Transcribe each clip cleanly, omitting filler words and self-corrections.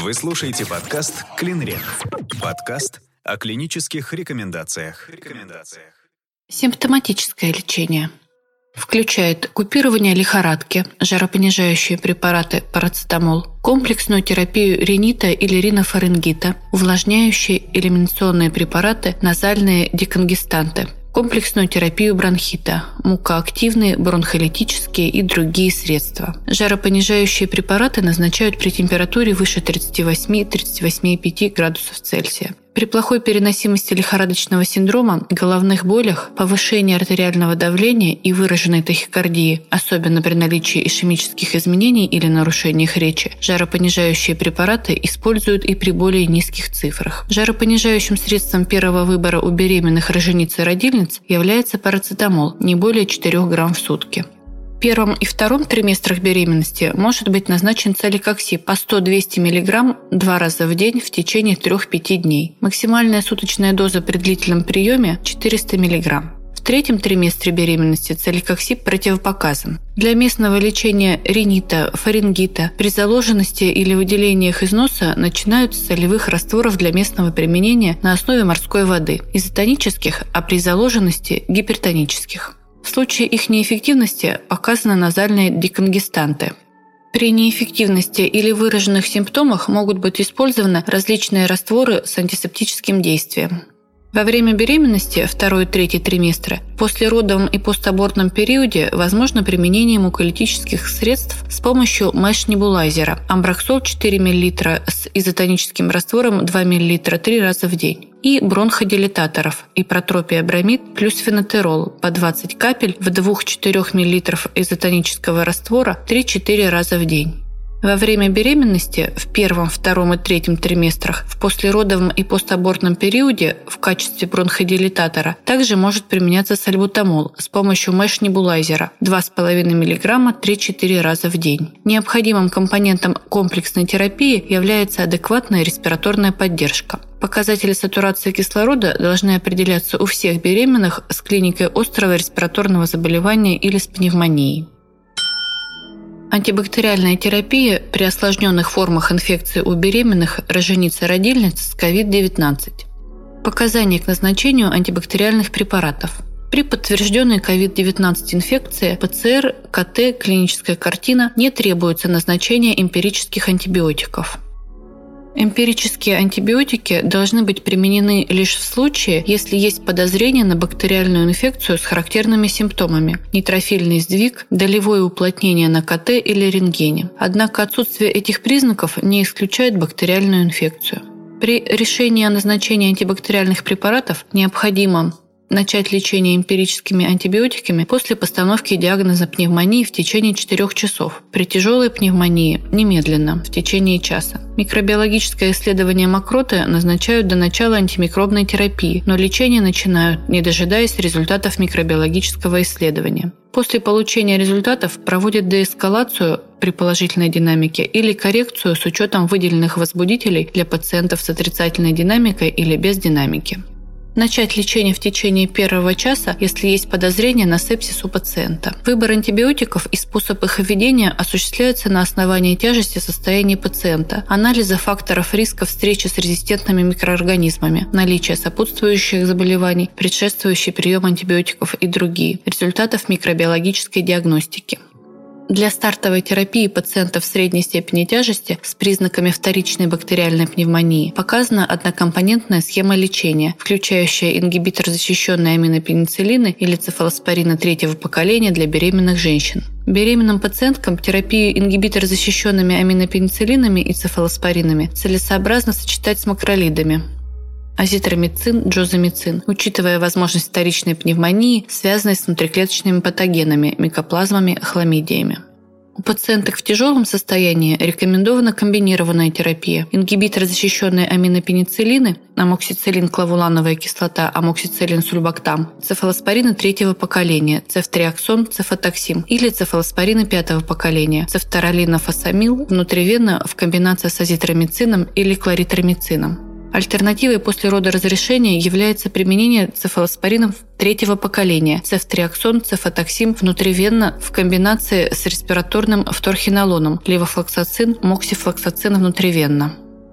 Вы слушаете подкаст «Клинрек». Подкаст о клинических рекомендациях. Симптоматическое лечение включает купирование лихорадки, жаропонижающие препараты парацетамол, комплексную терапию ринита или ринофарингита, увлажняющие элиминационные препараты, назальные деконгестанты, комплексную терапию бронхита, мукоактивные, бронхолитические и другие средства. Жаропонижающие препараты назначают при температуре выше 38-38,5 градусов Цельсия. При плохой переносимости лихорадочного синдрома, головных болях, повышении артериального давления и выраженной тахикардии, особенно при наличии ишемических изменений или нарушениях речи, жаропонижающие препараты используют и при более низких цифрах. Жаропонижающим средством первого выбора у беременных рожениц и родильниц является парацетамол, не более 4 грамм в сутки. В первом и втором триместрах беременности может быть назначен целикоксиб по 100-200 мг 2 раза в день в течение 3-5 дней. Максимальная суточная доза при длительном приеме – 400 мг. В третьем триместре беременности целикоксиб противопоказан. Для местного лечения ринита, фарингита при заложенности или выделениях из носа начинают с солевых растворов для местного применения на основе морской воды, изотонических, а при заложенности – гипертонических. В случае их неэффективности показаны назальные деконгестанты. При неэффективности или выраженных симптомах могут быть использованы различные растворы с антисептическим действием. Во время беременности, 2-3 триместра, в послеродовом и постабортном периоде возможно применение муколитических средств с помощью мэш-небулайзера, амброксол 4 мл с изотоническим раствором 2 мл 3 раза в день и бронходилататоров, ипротропиабромид плюс фенотерол по 20 капель в 2-4 мл изотонического раствора 3-4 раза в день. Во время беременности в 1, 2 и 3 триместрах в послеродовом и постабортном периоде в качестве бронходилататора также может применяться сальбутамол с помощью мэш-небулайзера 2,5 мг 3-4 раза в день. Необходимым компонентом комплексной терапии является адекватная респираторная поддержка. Показатели сатурации кислорода должны определяться у всех беременных с клиникой острого респираторного заболевания или с пневмонией. Антибактериальная терапия при осложненных формах инфекции у беременных рожениц и родильниц с COVID-19. Показания к назначению антибактериальных препаратов. При подтвержденной COVID-19 инфекции ПЦР, КТ, клиническая картина не требуется назначения эмпирических антибиотиков. Эмпирические антибиотики должны быть применены лишь в случае, если есть подозрение на бактериальную инфекцию с характерными симптомами – нейтрофильный сдвиг, долевое уплотнение на КТ или рентгене. Однако отсутствие этих признаков не исключает бактериальную инфекцию. При решении о назначении антибактериальных препаратов необходимо начать лечение эмпирическими антибиотиками после постановки диагноза пневмонии в течение 4 часов. При тяжелой пневмонии – немедленно, в течение часа. Микробиологическое исследование мокроты назначают до начала антимикробной терапии, но лечение начинают, не дожидаясь результатов микробиологического исследования. После получения результатов проводят деэскалацию при положительной динамике или коррекцию с учетом выделенных возбудителей для пациентов с отрицательной динамикой или без динамики. Начать лечение в течение 1 часа, если есть подозрение на сепсис у пациента. Выбор антибиотиков и способ их введения осуществляется на основании тяжести состояния пациента, анализа факторов риска встречи с резистентными микроорганизмами, наличия сопутствующих заболеваний, предшествующий прием антибиотиков и другие, результатов микробиологической диагностики. Для стартовой терапии пациентов средней степени тяжести с признаками вторичной бактериальной пневмонии показана однокомпонентная схема лечения, включающая ингибитор защищенной аминопенициллины или цефалоспорина 3-го поколения для беременных женщин. Беременным пациенткам терапию ингибитор защищенными аминопенициллинами и цефалоспоринами целесообразно сочетать с макролидами. Азитромицин, джозамицин, учитывая возможность вторичной пневмонии, связанной с внутриклеточными патогенами, микоплазмами, хламидиями. У пациенток в тяжелом состоянии рекомендована комбинированная терапия. Ингибитор защищенной аминопенициллины, амоксициллин клавулановая кислота, амоксициллин сульбактам, цефалоспорины 3-го поколения, цефтриаксон, цефатоксим или цефалоспорины 5-го поколения, цефторалинофосамил внутривенно в комбинации с азитромицином или кларитромицином. Альтернативой после родоразрешения является применение цефалоспоринов 3-го поколения – цефтриаксон, цефатоксим внутривенно в комбинации с респираторным вторхинолоном, левофлоксацин, моксифлоксацин внутривенно.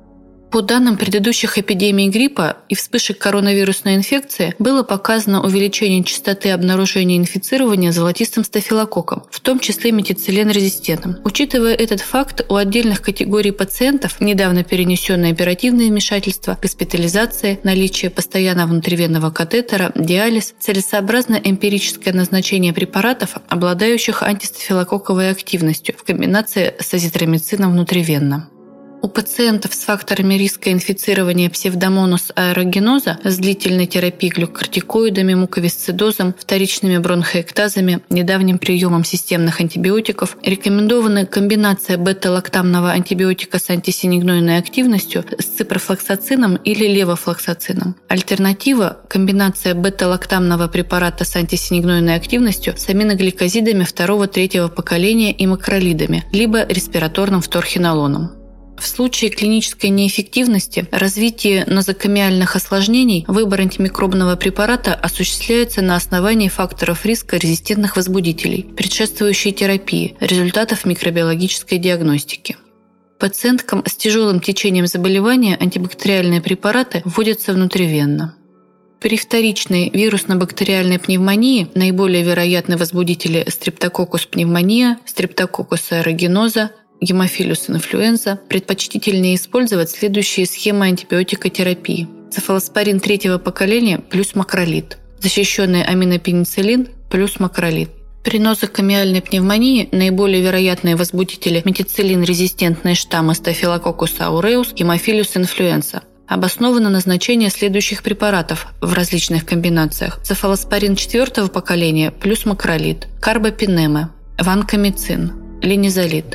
По данным предыдущих эпидемий гриппа и вспышек коронавирусной инфекции было показано увеличение частоты обнаружения инфицирования золотистым стафилококком, в том числе метицилин-резистентным. Учитывая этот факт, у отдельных категорий пациентов, недавно перенесенные оперативные вмешательства, госпитализация, наличие постоянного внутривенного катетера, диализ, целесообразно эмпирическое назначение препаратов, обладающих антистафилококковой активностью в комбинации с азитромицином внутривенно. У пациентов с факторами риска инфицирования псевдомонас аэрогеноза с длительной терапией глюкокортикоидами, муковисцидозом, вторичными бронхоэктазами, недавним приемом системных антибиотиков рекомендована комбинация бета-лактамного антибиотика с антисинегнойной активностью с ципрофлоксацином или левофлоксацином. Альтернатива – комбинация бета-лактамного препарата с антисинегнойной активностью с аминогликозидами 2-3 поколения и макролидами, либо респираторным вторхинолоном. В случае клинической неэффективности, развития нозокомиальных осложнений, выбор антимикробного препарата осуществляется на основании факторов риска резистентных возбудителей, предшествующей терапии, результатов микробиологической диагностики. Пациенткам с тяжелым течением заболевания антибактериальные препараты вводятся внутривенно. При вторичной вирусно-бактериальной пневмонии наиболее вероятны возбудители стрептококкус пневмония, стрептококкус аэрогеноза, гемофилус инфлюенза, предпочтительнее использовать следующие схемы антибиотикотерапии. Цефалоспорин 3-го поколения плюс макролид, защищенный аминопенициллин плюс макролид. При нозокомиальной пневмонии наиболее вероятные возбудители метицилин-резистентные штаммы Staphylococcus aureus, гемофилус инфлюенза. Обосновано назначение следующих препаратов в различных комбинациях. Цефалоспорин 4-го поколения плюс макролид, карбапинема, ванкомицин, линизолид.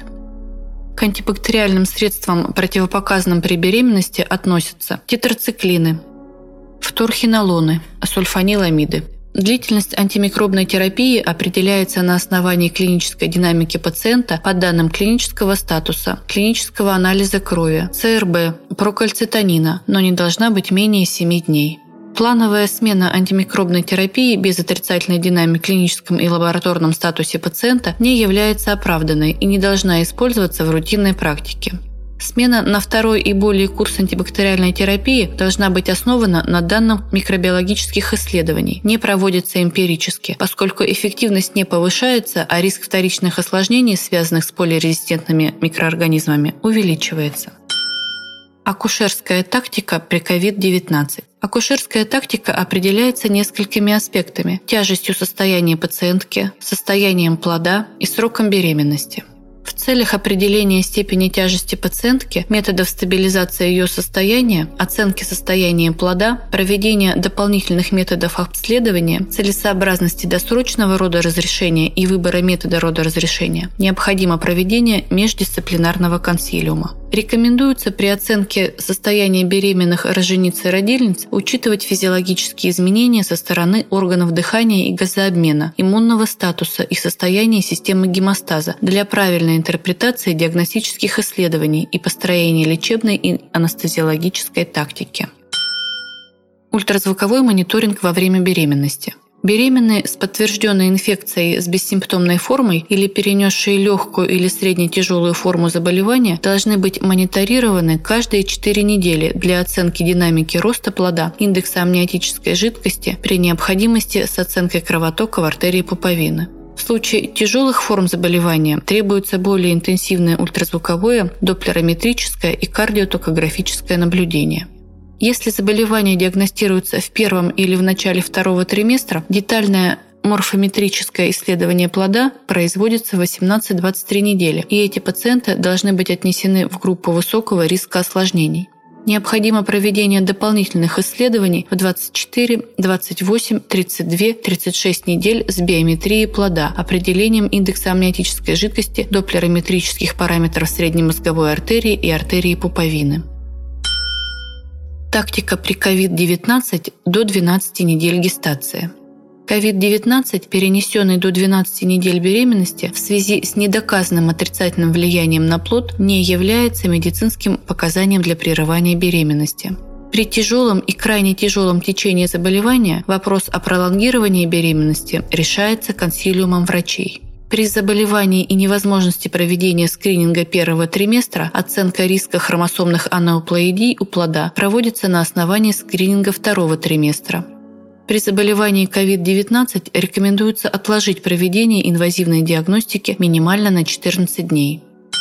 К антибактериальным средствам, противопоказанным при беременности, относятся тетрациклины, вторхинолоны, сульфаниламиды. Длительность антимикробной терапии определяется на основании клинической динамики пациента по данным клинического статуса, клинического анализа крови, ЦРБ, прокальцитонина, но не должна быть менее 7 дней. Плановая смена антимикробной терапии без отрицательной динамики в клиническом и лабораторном статусе пациента не является оправданной и не должна использоваться в рутинной практике. Смена на 2-й и более курс антибактериальной терапии должна быть основана на данных микробиологических исследований, не проводится эмпирически, поскольку эффективность не повышается, а риск вторичных осложнений, связанных с полирезистентными микроорганизмами, увеличивается. Акушерская тактика при COVID-19. Акушерская тактика определяется несколькими аспектами – тяжестью состояния пациентки, состоянием плода и сроком беременности. В целях определения степени тяжести пациентки, методов стабилизации ее состояния, оценки состояния плода, проведения дополнительных методов обследования, целесообразности досрочного родоразрешения и выбора метода родоразрешения, необходимо проведение междисциплинарного консилиума. Рекомендуется при оценке состояния беременных рожениц и родильниц учитывать физиологические изменения со стороны органов дыхания и газообмена, иммунного статуса и состояния системы гемостаза для правильной интерпретации диагностических исследований и построения лечебной и анестезиологической тактики. Ультразвуковой мониторинг во время беременности. Беременные с подтвержденной инфекцией с бессимптомной формой или перенесшие легкую или средне-тяжелую форму заболевания должны быть мониторированы каждые 4 недели для оценки динамики роста плода, индекса амниотической жидкости, при необходимости с оценкой кровотока в артерии пуповины. В случае тяжелых форм заболевания требуется более интенсивное ультразвуковое, доплерометрическое и кардиотокографическое наблюдение. Если заболевание диагностируется в первом или в начале 2-го триместра, детальное морфометрическое исследование плода производится в 18-23 недели, и эти пациенты должны быть отнесены в группу высокого риска осложнений. Необходимо проведение дополнительных исследований в 24, 28, 32, 36 недель с биометрией плода, определением индекса амниотической жидкости, доплерометрических параметров среднемозговой артерии и артерии пуповины. Тактика при COVID-19 до 12 недель гестации. COVID-19, перенесенный до 12 недель беременности, в связи с недоказанным отрицательным влиянием на плод, не является медицинским показанием для прерывания беременности. При тяжелом и крайне тяжелом течении заболевания вопрос о пролонгировании беременности решается консилиумом врачей. При заболевании и невозможности проведения скрининга первого триместра оценка риска хромосомных анеуплоидий у плода проводится на основании скрининга второго триместра. При заболевании COVID-19 рекомендуется отложить проведение инвазивной диагностики минимально на 14 дней.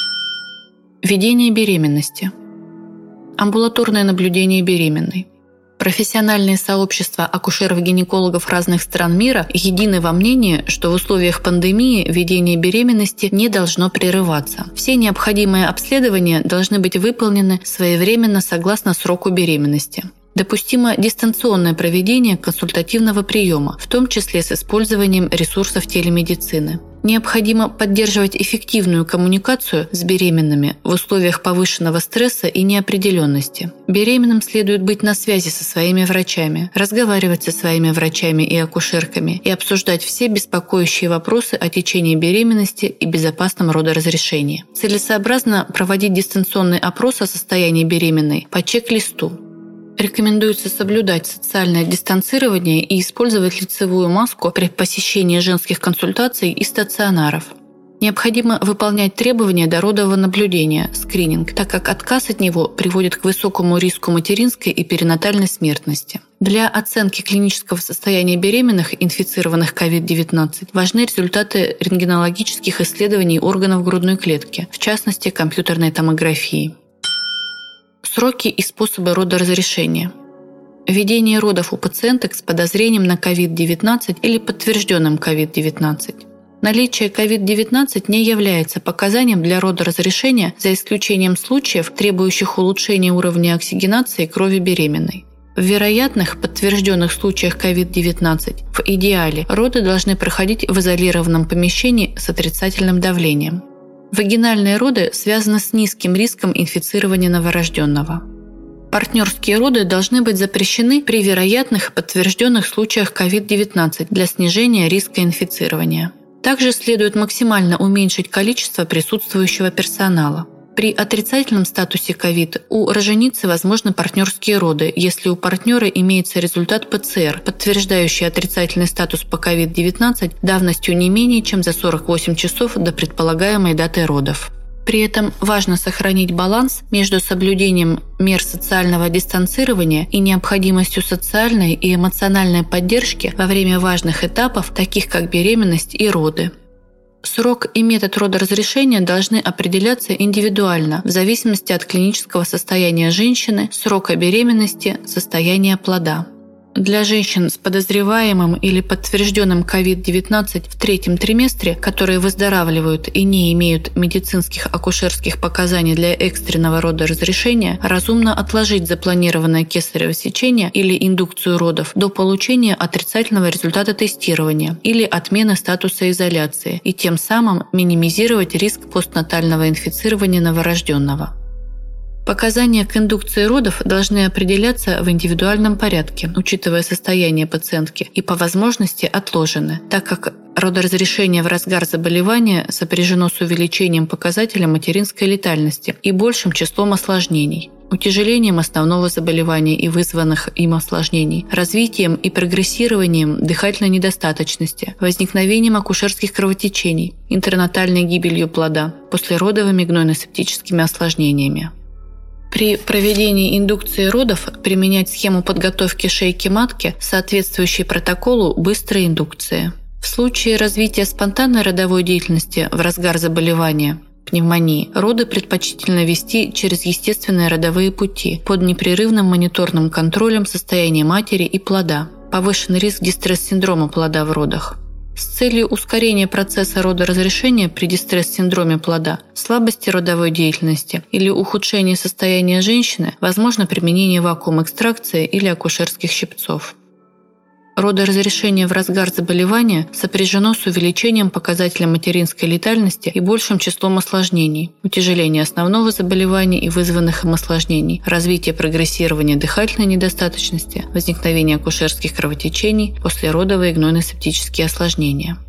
Ведение беременности. Амбулаторное наблюдение беременной. Профессиональные сообщества акушеров-гинекологов разных стран мира едины во мнении, что в условиях пандемии ведение беременности не должно прерываться. Все необходимые обследования должны быть выполнены своевременно согласно сроку беременности. Допустимо дистанционное проведение консультативного приема, в том числе с использованием ресурсов телемедицины. Необходимо поддерживать эффективную коммуникацию с беременными в условиях повышенного стресса и неопределенности. Беременным следует быть на связи со своими врачами, разговаривать со своими врачами и акушерками и обсуждать все беспокоящие вопросы о течении беременности и безопасном родоразрешении. Целесообразно проводить дистанционный опрос о состоянии беременной по чек-листу. Рекомендуется соблюдать социальное дистанцирование и использовать лицевую маску при посещении женских консультаций и стационаров. Необходимо выполнять требования дородового наблюдения, скрининг, так как отказ от него приводит к высокому риску материнской и перинатальной смертности. Для оценки клинического состояния беременных, инфицированных COVID-19, важны результаты рентгенологических исследований органов грудной клетки, в частности, компьютерной томографии. Сроки и способы родоразрешения. Ведение родов у пациенток с подозрением на COVID-19 или подтвержденным COVID-19. Наличие COVID-19 не является показанием для родоразрешения за исключением случаев, требующих улучшения уровня оксигенации крови беременной. В вероятных, подтвержденных случаях COVID-19 в идеале роды должны проходить в изолированном помещении с отрицательным давлением. Вагинальные роды связаны с низким риском инфицирования новорожденного. Партнерские роды должны быть запрещены при вероятных подтвержденных случаях COVID-19 для снижения риска инфицирования. Также следует максимально уменьшить количество присутствующего персонала. При отрицательном статусе COVID у роженицы возможны партнерские роды, если у партнера имеется результат ПЦР, подтверждающий отрицательный статус по COVID-19 давностью не менее чем за 48 часов до предполагаемой даты родов. При этом важно сохранить баланс между соблюдением мер социального дистанцирования и необходимостью социальной и эмоциональной поддержки во время важных этапов, таких как беременность и роды. Срок и метод родоразрешения должны определяться индивидуально в зависимости от клинического состояния женщины, срока беременности, состояния плода. Для женщин с подозреваемым или подтвержденным COVID-19 в третьем триместре, которые выздоравливают и не имеют медицинских акушерских показаний для экстренного родоразрешения, разумно отложить запланированное кесарево сечение или индукцию родов до получения отрицательного результата тестирования или отмены статуса изоляции и тем самым минимизировать риск постнатального инфицирования новорожденного. Показания к индукции родов должны определяться в индивидуальном порядке, учитывая состояние пациентки, и по возможности отложены, так как родоразрешение в разгар заболевания сопряжено с увеличением показателя материнской летальности и большим числом осложнений, утяжелением основного заболевания и вызванных им осложнений, развитием и прогрессированием дыхательной недостаточности, возникновением акушерских кровотечений, интернатальной гибелью плода, послеродовыми гнойно-септическими осложнениями. При проведении индукции родов применять схему подготовки шейки матки, соответствующей протоколу быстрой индукции. В случае развития спонтанной родовой деятельности в разгар заболевания, пневмонии, роды предпочтительно вести через естественные родовые пути под непрерывным мониторным контролем состояния матери и плода. Повышенный риск дистресс-синдрома плода в родах. С целью ускорения процесса родоразрешения при дистресс-синдроме плода, слабости родовой деятельности или ухудшения состояния женщины возможно применение вакуум-экстракции или акушерских щипцов. Родоразрешение в разгар заболевания сопряжено с увеличением показателя материнской летальности и большим числом осложнений, утяжеление основного заболевания и вызванных им осложнений, развитие прогрессирования дыхательной недостаточности, возникновение акушерских кровотечений, послеродовые гнойно-септические осложнения.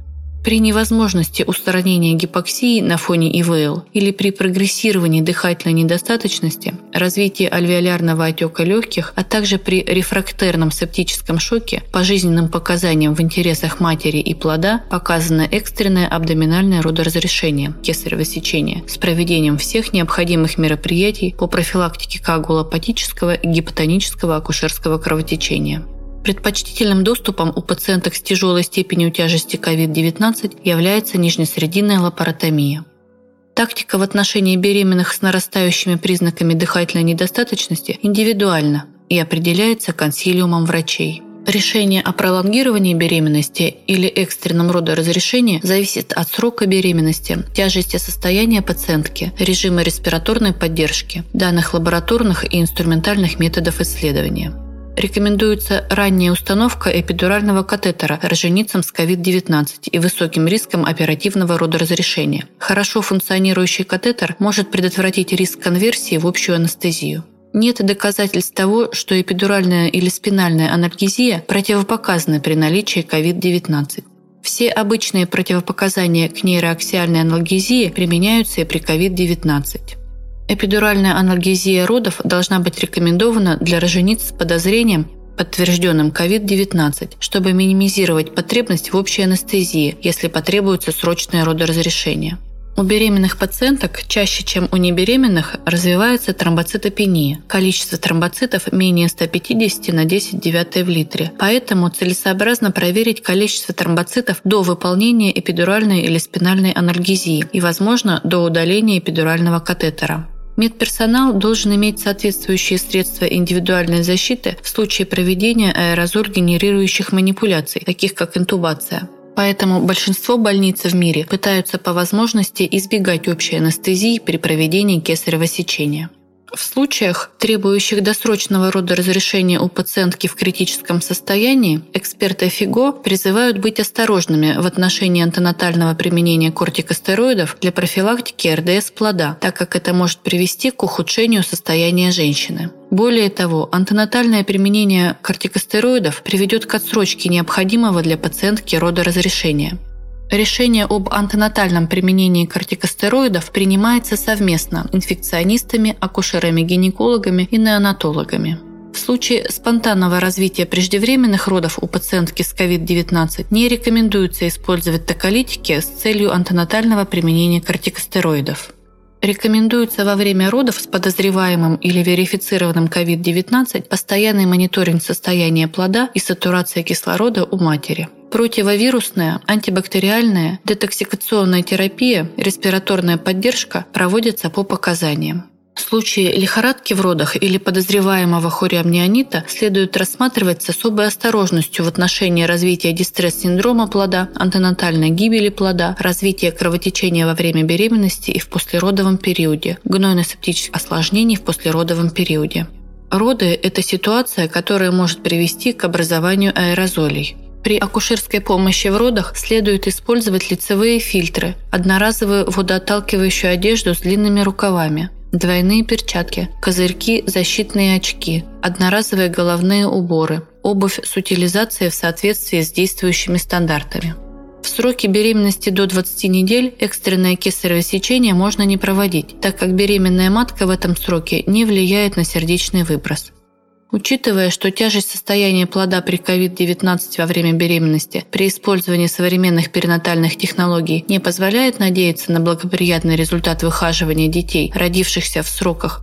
При невозможности устранения гипоксии на фоне ИВЛ или при прогрессировании дыхательной недостаточности, развитии альвеолярного отека легких, а также при рефрактерном септическом шоке по жизненным показаниям в интересах матери и плода показано экстренное абдоминальное родоразрешение кесарево сечение с проведением всех необходимых мероприятий по профилактике коагулопатического и гипотонического акушерского кровотечения. Предпочтительным доступом у пациенток с тяжелой степенью тяжести COVID-19 является нижнесрединная лапаротомия. Тактика в отношении беременных с нарастающими признаками дыхательной недостаточности индивидуальна и определяется консилиумом врачей. Решение о пролонгировании беременности или экстренном родоразрешении зависит от срока беременности, тяжести состояния пациентки, режима респираторной поддержки, данных лабораторных и инструментальных методов исследования. Рекомендуется ранняя установка эпидурального катетера роженицам с COVID-19 и высоким риском оперативного родоразрешения. Хорошо функционирующий катетер может предотвратить риск конверсии в общую анестезию. Нет доказательств того, что эпидуральная или спинальная анальгезия противопоказаны при наличии COVID-19. Все обычные противопоказания к нейроаксиальной анальгезии применяются и при COVID-19. Эпидуральная анальгезия родов должна быть рекомендована для рожениц с подозрением, подтвержденным COVID-19, чтобы минимизировать потребность в общей анестезии, если потребуется срочное родоразрешение. У беременных пациенток чаще, чем у небеременных, развивается тромбоцитопения. Количество тромбоцитов менее 150 на 10⁹ в литре. Поэтому целесообразно проверить количество тромбоцитов до выполнения эпидуральной или спинальной анальгезии и, возможно, до удаления эпидурального катетера. Медперсонал должен иметь соответствующие средства индивидуальной защиты в случае проведения аэрозоль-генерирующих манипуляций, таких как интубация. Поэтому большинство больниц в мире пытаются по возможности избегать общей анестезии при проведении кесарево сечения. В случаях, требующих досрочного родоразрешения у пациентки в критическом состоянии, эксперты ФИГО призывают быть осторожными в отношении антенатального применения кортикостероидов для профилактики РДС плода, так как это может привести к ухудшению состояния женщины. Более того, антенатальное применение кортикостероидов приведет к отсрочке необходимого для пациентки родоразрешения. Решение об антенатальном применении кортикостероидов принимается совместно инфекционистами, акушерами-гинекологами и неонатологами. В случае спонтанного развития преждевременных родов у пациентки с COVID-19 не рекомендуется использовать токолитики с целью антенатального применения кортикостероидов. Рекомендуется во время родов с подозреваемым или верифицированным COVID-19 постоянный мониторинг состояния плода и сатурация кислорода у матери. Противовирусная, антибактериальная, детоксикационная терапия, респираторная поддержка проводятся по показаниям. В случае лихорадки в родах или подозреваемого хориамнионита следует рассматривать с особой осторожностью в отношении развития дистресс-синдрома плода, антенатальной гибели плода, развития кровотечения во время беременности и в послеродовом периоде, гнойно-септических осложнений в послеродовом периоде. Роды – это ситуация, которая может привести к образованию аэрозолей. При акушерской помощи в родах следует использовать лицевые фильтры, одноразовую водоотталкивающую одежду с длинными рукавами, двойные перчатки, козырьки, защитные очки, одноразовые головные уборы, обувь с утилизацией в соответствии с действующими стандартами. В сроки беременности до 20 недель экстренное кесарево сечение можно не проводить, так как беременная матка в этом сроке не влияет на сердечный выброс. Учитывая, что тяжесть состояния плода при COVID-19 во время беременности при использовании современных перинатальных технологий не позволяет надеяться на благоприятный результат выхаживания детей, родившихся в сроках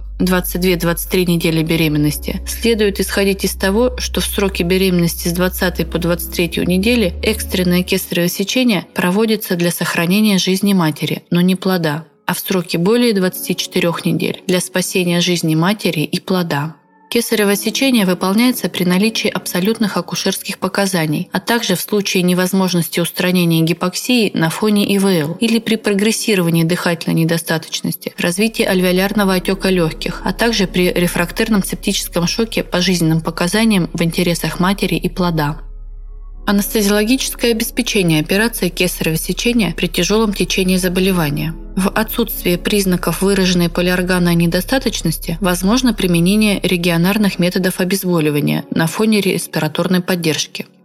22-23 недели беременности, следует исходить из того, что в сроке беременности с 20 по 23 недели экстренное кесарево сечение проводится для сохранения жизни матери, но не плода, а в сроке более 24 недель для спасения жизни матери и плода. Кесарево сечение выполняется при наличии абсолютных акушерских показаний, а также в случае невозможности устранения гипоксии на фоне ИВЛ или при прогрессировании дыхательной недостаточности, развитии альвеолярного отека легких, а также при рефрактерном септическом шоке по жизненным показаниям в интересах матери и плода. Анестезиологическое обеспечение операции кесарево сечения при тяжелом течении заболевания. В отсутствие признаков выраженной полиорганной недостаточности возможно применение регионарных методов обезболивания на фоне респираторной поддержки.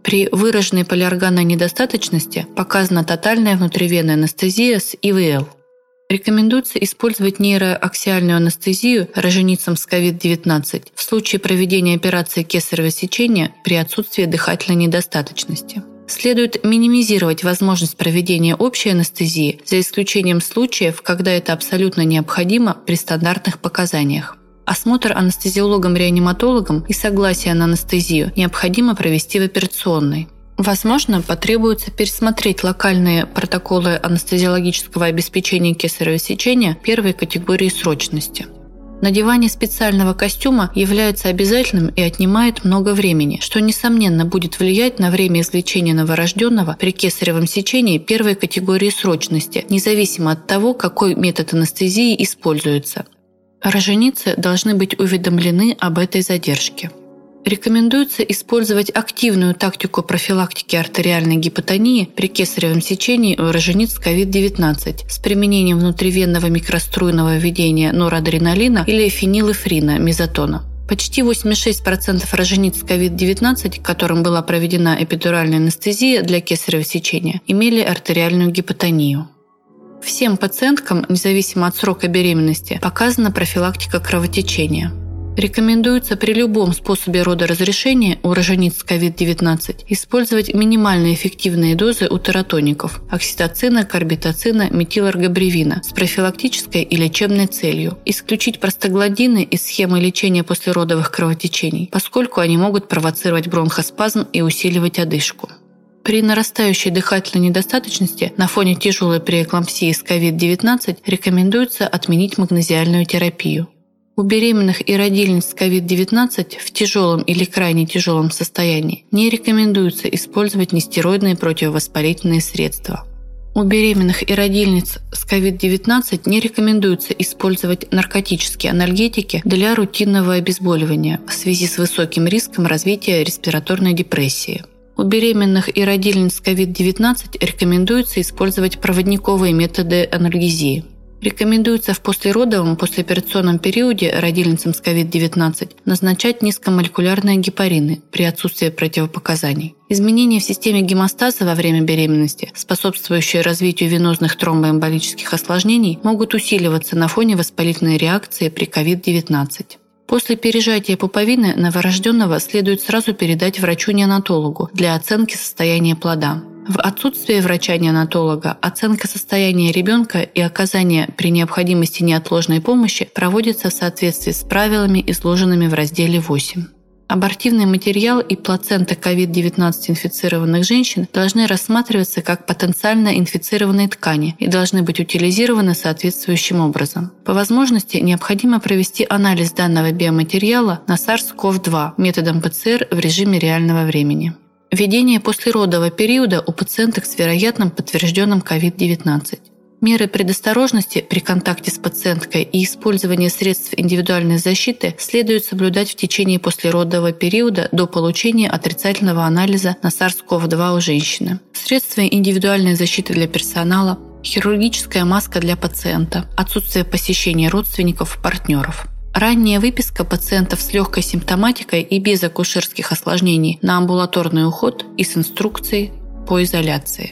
При выраженной полиорганной недостаточности показана тотальная внутривенная анестезия с ИВЛ. Рекомендуется использовать нейроаксиальную анестезию роженицам с COVID-19 в случае проведения операции кесарево сечения при отсутствии дыхательной недостаточности. Следует минимизировать возможность проведения общей анестезии за исключением случаев, когда это абсолютно необходимо при стандартных показаниях. Осмотр анестезиологом-реаниматологом и согласие на анестезию необходимо провести в операционной. Возможно, потребуется пересмотреть локальные протоколы анестезиологического обеспечения кесарево сечения первой категории срочности. Надевание специального костюма является обязательным и отнимает много времени, что, несомненно, будет влиять на время излечения новорожденного при кесаревом сечении первой категории срочности, независимо от того, какой метод анестезии используется. Роженицы должны быть уведомлены об этой задержке. Рекомендуется использовать активную тактику профилактики артериальной гипотонии при кесаревом сечении у рожениц с COVID-19 с применением внутривенного микроструйного введения норадреналина или фенилэфрина, мезотона. Почти 86% рожениц с COVID-19, которым была проведена эпидуральная анестезия для кесарево сечения, имели артериальную гипотонию. Всем пациенткам, независимо от срока беременности, показана профилактика кровотечения. Рекомендуется при любом способе родоразрешения у рожениц с COVID-19 использовать минимально эффективные дозы утеротоников – окситоцина, карбитоцина, метилэргобревина с профилактической и лечебной целью, исключить простагландины из схемы лечения послеродовых кровотечений, поскольку они могут провоцировать бронхоспазм и усиливать одышку. При нарастающей дыхательной недостаточности на фоне тяжелой преэклампсии с COVID-19 рекомендуется отменить магнезиальную терапию. У беременных и родильниц с COVID-19 в тяжелом или крайне тяжелом состоянии не рекомендуется использовать нестероидные противовоспалительные средства. У беременных и родильниц с COVID-19 не рекомендуется использовать наркотические анальгетики для рутинного обезболивания в связи с высоким риском развития респираторной депрессии. У беременных и родильниц с COVID-19 рекомендуется использовать проводниковые методы анальгезии. Рекомендуется в послеродовом послеоперационном периоде родильницам с COVID-19 назначать низкомолекулярные гепарины при отсутствии противопоказаний. Изменения в системе гемостаза во время беременности, способствующие развитию венозных тромбоэмболических осложнений, могут усиливаться на фоне воспалительной реакции при COVID-19. После пережатия пуповины новорожденного следует сразу передать врачу-неонатологу для оценки состояния плода. В отсутствие врача-неонатолога оценка состояния ребенка и оказание при необходимости неотложной помощи проводится в соответствии с правилами, изложенными в разделе 8. Абортивный материал и плацента COVID-19 инфицированных женщин должны рассматриваться как потенциально инфицированные ткани и должны быть утилизированы соответствующим образом. По возможности необходимо провести анализ данного биоматериала на SARS-CoV-2 методом ПЦР в режиме реального времени. Введение послеродового периода у пациенток с вероятным подтвержденным COVID-19. Меры предосторожности при контакте с пациенткой и использование средств индивидуальной защиты следует соблюдать в течение послеродового периода до получения отрицательного анализа на SARS-CoV-2 у женщины. Средства индивидуальной защиты для персонала, хирургическая маска для пациента, отсутствие посещения родственников, партнеров. Ранняя выписка пациентов с легкой симптоматикой и без акушерских осложнений на амбулаторный уход и с инструкцией по изоляции.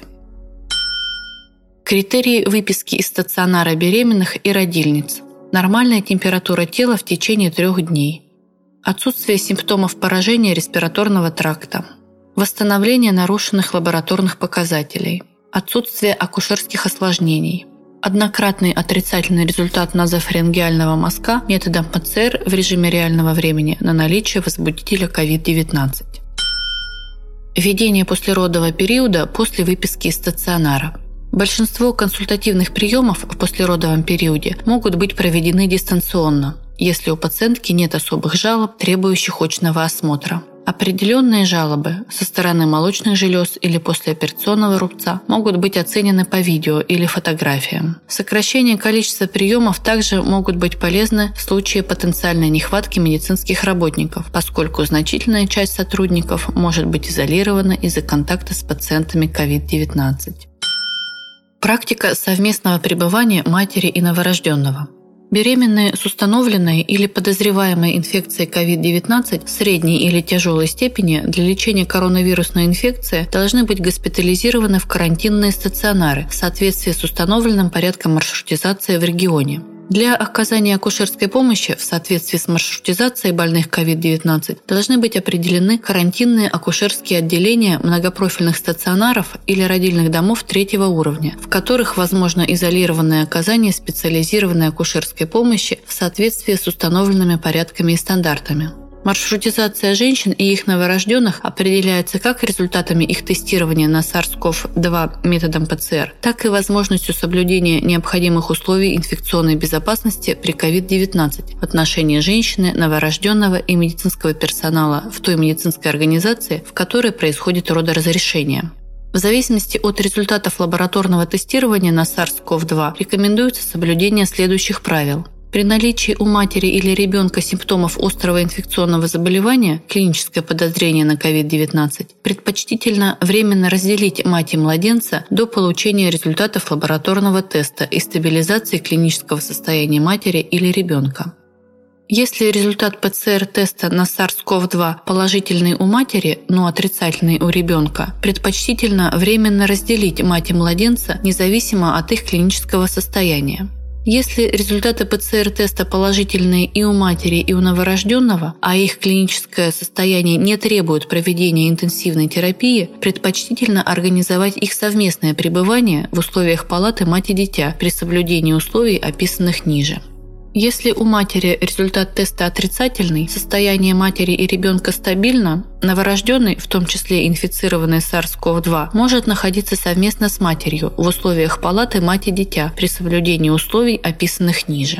Критерии выписки из стационара беременных и родильниц. Нормальная температура тела в течение 3 дней. Отсутствие симптомов поражения респираторного тракта. Восстановление нарушенных лабораторных показателей. Отсутствие акушерских осложнений. Однократный отрицательный результат назофарингеального мазка методом ПЦР в режиме реального времени на наличие возбудителя COVID-19. Введение послеродового периода после выписки из стационара. Большинство консультативных приемов в послеродовом периоде могут быть проведены дистанционно, если у пациентки нет особых жалоб, требующих очного осмотра. Определенные жалобы со стороны молочных желез или послеоперационного рубца могут быть оценены по видео или фотографиям. Сокращение количества приемов также могут быть полезны в случае потенциальной нехватки медицинских работников, поскольку значительная часть сотрудников может быть изолирована из-за контакта с пациентами COVID-19. Практика совместного пребывания матери и новорожденного. Беременные с установленной или подозреваемой инфекцией COVID-19 средней или тяжелой степени для лечения коронавирусной инфекции должны быть госпитализированы в карантинные стационары в соответствии с установленным порядком маршрутизации в регионе. Для оказания акушерской помощи в соответствии с маршрутизацией больных COVID-19 должны быть определены карантинные акушерские отделения многопрофильных стационаров или родильных домов третьего уровня, в которых возможно изолированное оказание специализированной акушерской помощи в соответствии с установленными порядками и стандартами. Маршрутизация женщин и их новорожденных определяется как результатами их тестирования на SARS-CoV-2 методом ПЦР, так и возможностью соблюдения необходимых условий инфекционной безопасности при COVID-19 в отношении женщины, новорожденного и медицинского персонала в той медицинской организации, в которой происходит родоразрешение. В зависимости от результатов лабораторного тестирования на SARS-CoV-2 рекомендуется соблюдение следующих правил. При наличии у матери или ребенка симптомов острого инфекционного заболевания, клиническое подозрение на COVID-19, предпочтительно временно разделить мать и младенца до получения результатов лабораторного теста и стабилизации клинического состояния матери или ребенка. Если результат ПЦР-теста на SARS-CoV-2 положительный у матери, но отрицательный у ребенка, предпочтительно временно разделить мать и младенца независимо от их клинического состояния. Если результаты ПЦР-теста положительные и у матери, и у новорожденного, а их клиническое состояние не требует проведения интенсивной терапии, предпочтительно организовать их совместное пребывание в условиях палаты мать и дитя при соблюдении условий, описанных ниже. Если у матери результат теста отрицательный, состояние матери и ребенка стабильно, новорожденный, в том числе инфицированный SARS-CoV-2, может находиться совместно с матерью в условиях палаты мать и дитя при соблюдении условий, описанных ниже.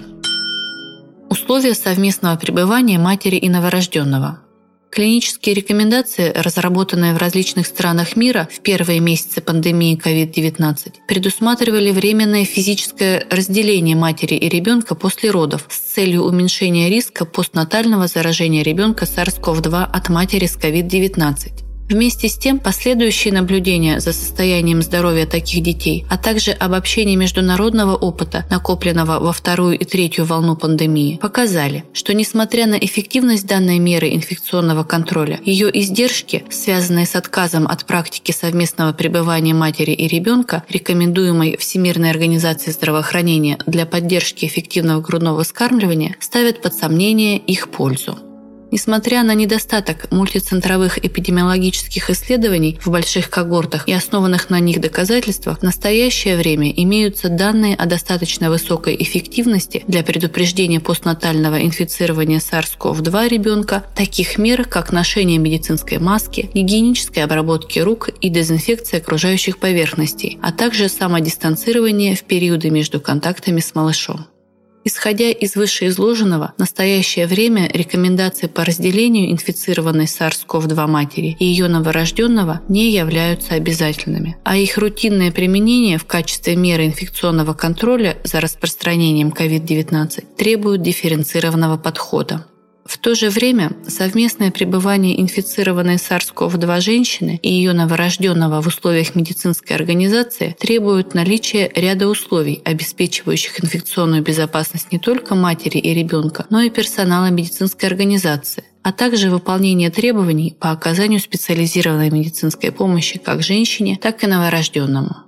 Условия совместного пребывания матери и новорожденного. Клинические рекомендации, разработанные в различных странах мира в первые месяцы пандемии COVID-19, предусматривали временное физическое разделение матери и ребенка после родов с целью уменьшения риска постнатального заражения ребенка SARS-CoV-2 от матери с COVID-19. Вместе с тем, последующие наблюдения за состоянием здоровья таких детей, а также обобщение международного опыта, накопленного во вторую и третью волну пандемии, показали, что несмотря на эффективность данной меры инфекционного контроля, ее издержки, связанные с отказом от практики совместного пребывания матери и ребенка, рекомендуемой Всемирной организацией здравоохранения для поддержки эффективного грудного вскармливания, ставят под сомнение их пользу. Несмотря на недостаток мультицентровых эпидемиологических исследований в больших когортах и основанных на них доказательствах, в настоящее время имеются данные о достаточно высокой эффективности для предупреждения постнатального инфицирования SARS-CoV-2 ребенка таких мер, как ношение медицинской маски, гигиенической обработки рук и дезинфекция окружающих поверхностей, а также самодистанцирование в периоды между контактами с малышом. Исходя из вышеизложенного, в настоящее время рекомендации по разделению инфицированной SARS-CoV-2 матери и ее новорожденного не являются обязательными, а их рутинное применение в качестве меры инфекционного контроля за распространением COVID-19 требует дифференцированного подхода. В то же время совместное пребывание инфицированной SARS-CoV-2 женщины и ее новорожденного в условиях медицинской организации требует наличия ряда условий, обеспечивающих инфекционную безопасность не только матери и ребенка, но и персонала медицинской организации, а также выполнение требований по оказанию специализированной медицинской помощи как женщине, так и новорожденному.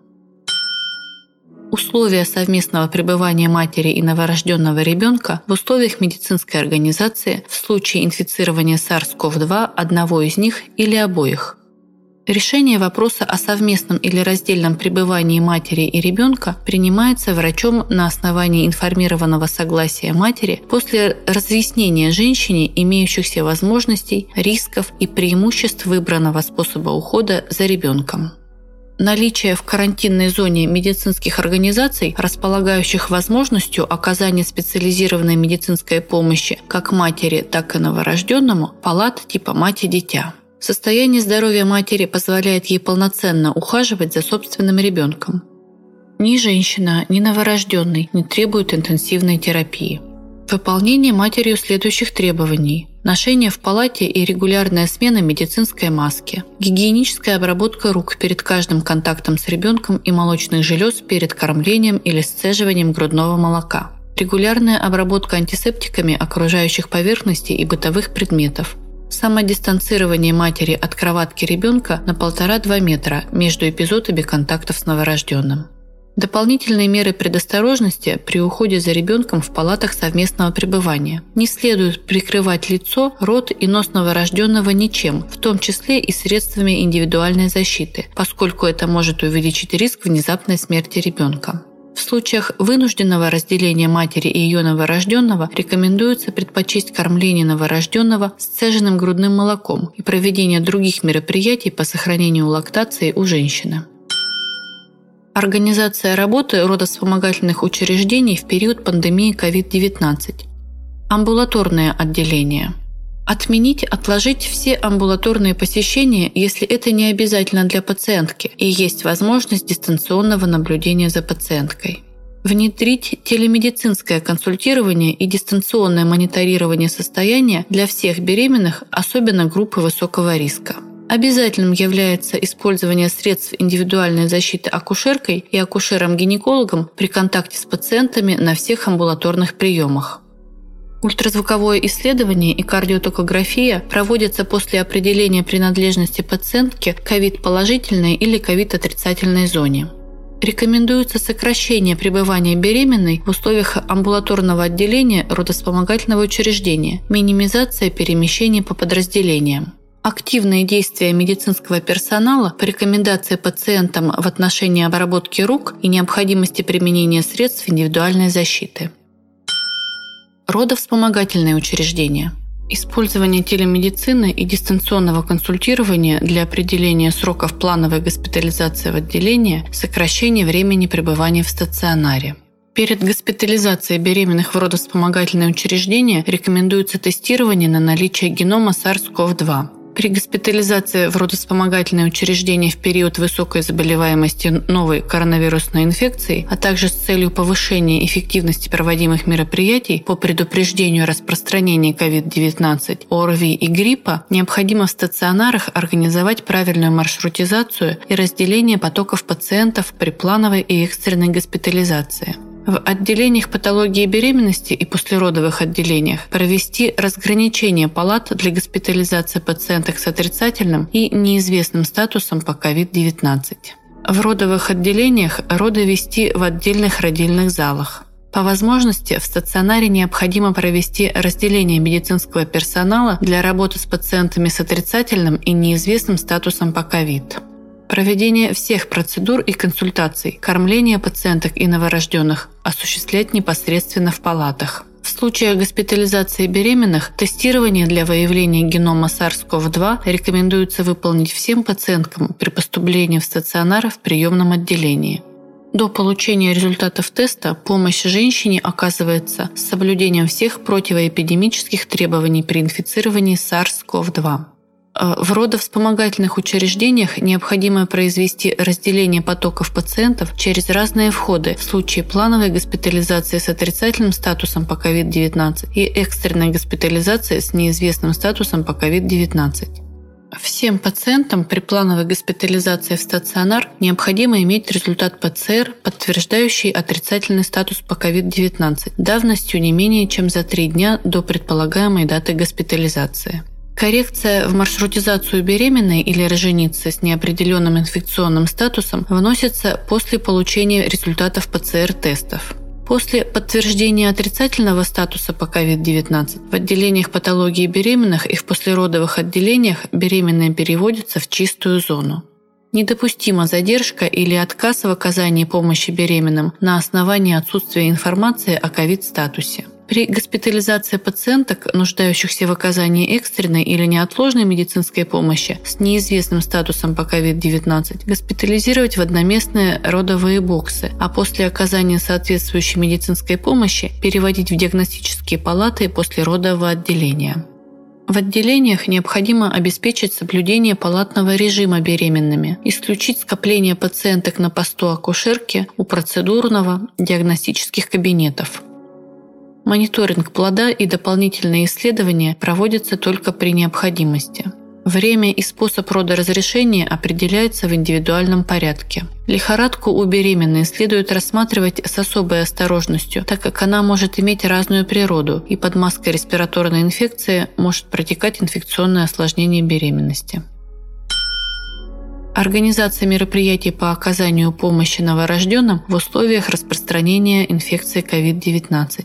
Условия совместного пребывания матери и новорожденного ребенка в условиях медицинской организации в случае инфицирования SARS-CoV-2 одного из них или обоих. Решение вопроса о совместном или раздельном пребывании матери и ребенка принимается врачом на основании информированного согласия матери после разъяснения женщине имеющихся возможностей, рисков и преимуществ выбранного способа ухода за ребенком. Наличие в карантинной зоне медицинских организаций, располагающих возможностью оказания специализированной медицинской помощи как матери, так и новорожденному, палат типа «мать и дитя». Состояние здоровья матери позволяет ей полноценно ухаживать за собственным ребенком. Ни женщина, ни новорожденный не требуют интенсивной терапии. Выполнение матерью следующих требований: ношение в палате и регулярная смена медицинской маски, гигиеническая обработка рук перед каждым контактом с ребенком и молочных желез перед кормлением или сцеживанием грудного молока, регулярная обработка антисептиками окружающих поверхностей и бытовых предметов, самодистанцирование матери от кроватки ребенка на 1,5-2 метра между эпизодами контактов с новорожденным. Дополнительные меры предосторожности при уходе за ребенком в палатах совместного пребывания. Не следует прикрывать лицо, рот и нос новорожденного ничем, в том числе и средствами индивидуальной защиты, поскольку это может увеличить риск внезапной смерти ребенка. В случаях вынужденного разделения матери и ее новорожденного рекомендуется предпочесть кормление новорожденного сцеженным грудным молоком и проведение других мероприятий по сохранению лактации у женщины. Организация работы родовспомогательных учреждений в период пандемии COVID-19. Амбулаторное отделение. Отменить, отложить все амбулаторные посещения, если это не обязательно для пациентки и есть возможность дистанционного наблюдения за пациенткой. Внедрить телемедицинское консультирование и дистанционное мониторирование состояния для всех беременных, особенно группы высокого риска. Обязательным является использование средств индивидуальной защиты акушеркой и акушером-гинекологом при контакте с пациентами на всех амбулаторных приемах. Ультразвуковое исследование и кардиотокография проводятся после определения принадлежности пациентки к ковид-положительной или ковид-отрицательной зоне. Рекомендуется сокращение пребывания беременной в условиях амбулаторного отделения родовспомогательного учреждения, минимизация перемещений по подразделениям. Активные действия медицинского персонала по рекомендации пациентам в отношении обработки рук и необходимости применения средств индивидуальной защиты. Родовспомогательные учреждения. Использование телемедицины и дистанционного консультирования для определения сроков плановой госпитализации в отделении, сокращение времени пребывания в стационаре. Перед госпитализацией беременных в родовспомогательное учреждение рекомендуется тестирование на наличие генома SARS-CoV-2. При госпитализации в родовспомогательное учреждение в период высокой заболеваемости новой коронавирусной инфекцией, а также с целью повышения эффективности проводимых мероприятий по предупреждению распространения COVID-19, ОРВИ и гриппа, необходимо в стационарах организовать правильную маршрутизацию и разделение потоков пациентов при плановой и экстренной госпитализации. В отделениях патологии беременности и послеродовых отделениях провести разграничение палат для госпитализации пациенток с отрицательным и неизвестным статусом по COVID-19. В родовых отделениях роды вести в отдельных родильных залах. По возможности в стационаре необходимо провести разделение медицинского персонала для работы с пациентами с отрицательным и неизвестным статусом по COVID. Проведение всех процедур и консультаций, кормление пациенток и новорожденных осуществлять непосредственно в палатах. В случае госпитализации беременных тестирование для выявления генома SARS-CoV-2 рекомендуется выполнить всем пациенткам при поступлении в стационар в приемном отделении. До получения результатов теста помощь женщине оказывается с соблюдением всех противоэпидемических требований при инфицировании SARS-CoV-2. В родовспомогательных учреждениях необходимо произвести разделение потоков пациентов через разные входы в случае плановой госпитализации с отрицательным статусом по COVID-19 и экстренной госпитализации с неизвестным статусом по COVID-19. Всем пациентам при плановой госпитализации в стационар необходимо иметь результат ПЦР, подтверждающий отрицательный статус по COVID-19, давностью не менее чем за 3 дня до предполагаемой даты госпитализации. Коррекция в маршрутизацию беременной или роженицы с неопределенным инфекционным статусом вносится после получения результатов ПЦР-тестов. После подтверждения отрицательного статуса по COVID-19 в отделениях патологии беременных и в послеродовых отделениях беременные переводятся в чистую зону. Недопустима задержка или отказ в оказании помощи беременным на основании отсутствия информации о COVID-статусе. При госпитализации пациенток, нуждающихся в оказании экстренной или неотложной медицинской помощи с неизвестным статусом по COVID-19, госпитализировать в одноместные родовые боксы, а после оказания соответствующей медицинской помощи переводить в диагностические палаты послеродового отделения. В отделениях необходимо обеспечить соблюдение палатного режима беременными, исключить скопление пациенток на посту акушерки у процедурного диагностических кабинетов. Мониторинг плода и дополнительные исследования проводятся только при необходимости. Время и способ родоразрешения определяются в индивидуальном порядке. Лихорадку у беременной следует рассматривать с особой осторожностью, так как она может иметь разную природу, и под маской респираторной инфекции может протекать инфекционное осложнение беременности. Организация мероприятий по оказанию помощи новорожденным в условиях распространения инфекции COVID-19.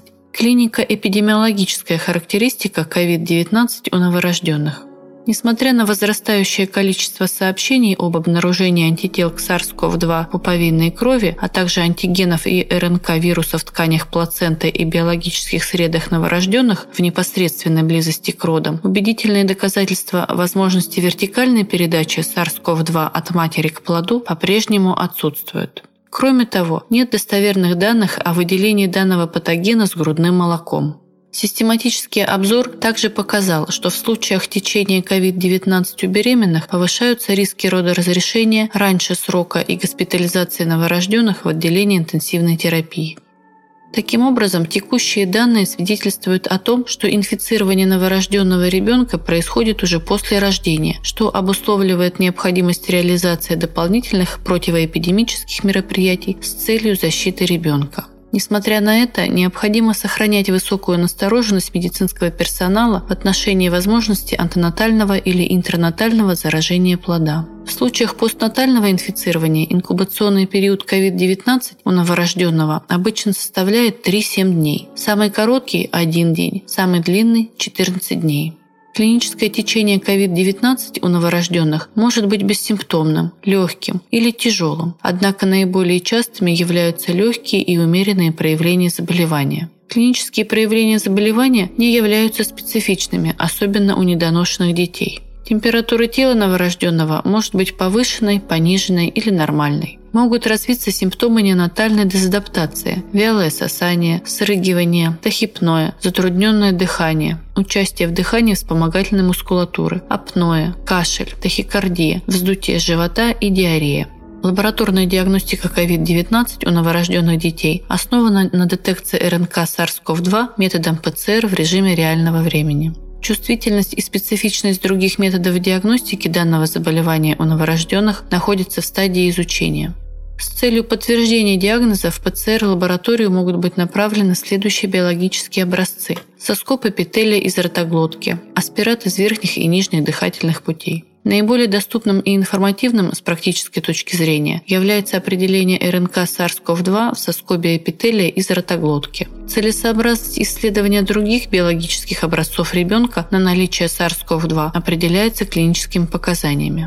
Клинико-эпидемиологическая характеристика COVID-19 у новорожденных. Несмотря на возрастающее количество сообщений об обнаружении антител к SARS-CoV-2 в пуповинной крови, а также антигенов и РНК вируса в тканях плаценты и биологических средах новорожденных в непосредственной близости к родам, убедительные доказательства возможности вертикальной передачи SARS-CoV-2 от матери к плоду по-прежнему отсутствуют. Кроме того, нет достоверных данных о выделении данного патогена с грудным молоком. Систематический обзор также показал, что в случаях течения COVID-19 у беременных повышаются риски родоразрешения раньше срока и госпитализации новорожденных в отделении интенсивной терапии. Таким образом, текущие данные свидетельствуют о том, что инфицирование новорожденного ребенка происходит уже после рождения, что обусловливает необходимость реализации дополнительных противоэпидемических мероприятий с целью защиты ребенка. Несмотря на это, необходимо сохранять высокую настороженность медицинского персонала в отношении возможности антенатального или интранатального заражения плода. В случаях постнатального инфицирования инкубационный период COVID-19 у новорожденного обычно составляет 3-7 дней. Самый короткий – 1 день, самый длинный – 14 дней. Клиническое течение COVID-19 у новорожденных может быть бессимптомным, легким или тяжелым, однако наиболее частыми являются легкие и умеренные проявления заболевания. Клинические проявления заболевания не являются специфичными, особенно у недоношенных детей. Температура тела новорожденного может быть повышенной, пониженной или нормальной. Могут развиться симптомы неонатальной дезадаптации, вялое сосание, срыгивание, тахипноя, затрудненное дыхание, участие в дыхании вспомогательной мускулатуры, апноэ, кашель, тахикардия, вздутие живота и диарея. Лабораторная диагностика COVID-19 у новорожденных детей основана на детекции РНК SARS-CoV-2 методом ПЦР в режиме реального времени. Чувствительность и специфичность других методов диагностики данного заболевания у новорожденных находятся в стадии изучения. С целью подтверждения диагноза в ПЦР-лабораторию могут быть направлены следующие биологические образцы: соскоб эпителия из ротоглотки, аспират из верхних и нижних дыхательных путей. Наиболее доступным и информативным с практической точки зрения является определение РНК SARS-CoV-2 в соскобе эпителия из ротоглотки. Целесообразность исследования других биологических образцов ребенка на наличие SARS-CoV-2 определяется клиническими показаниями.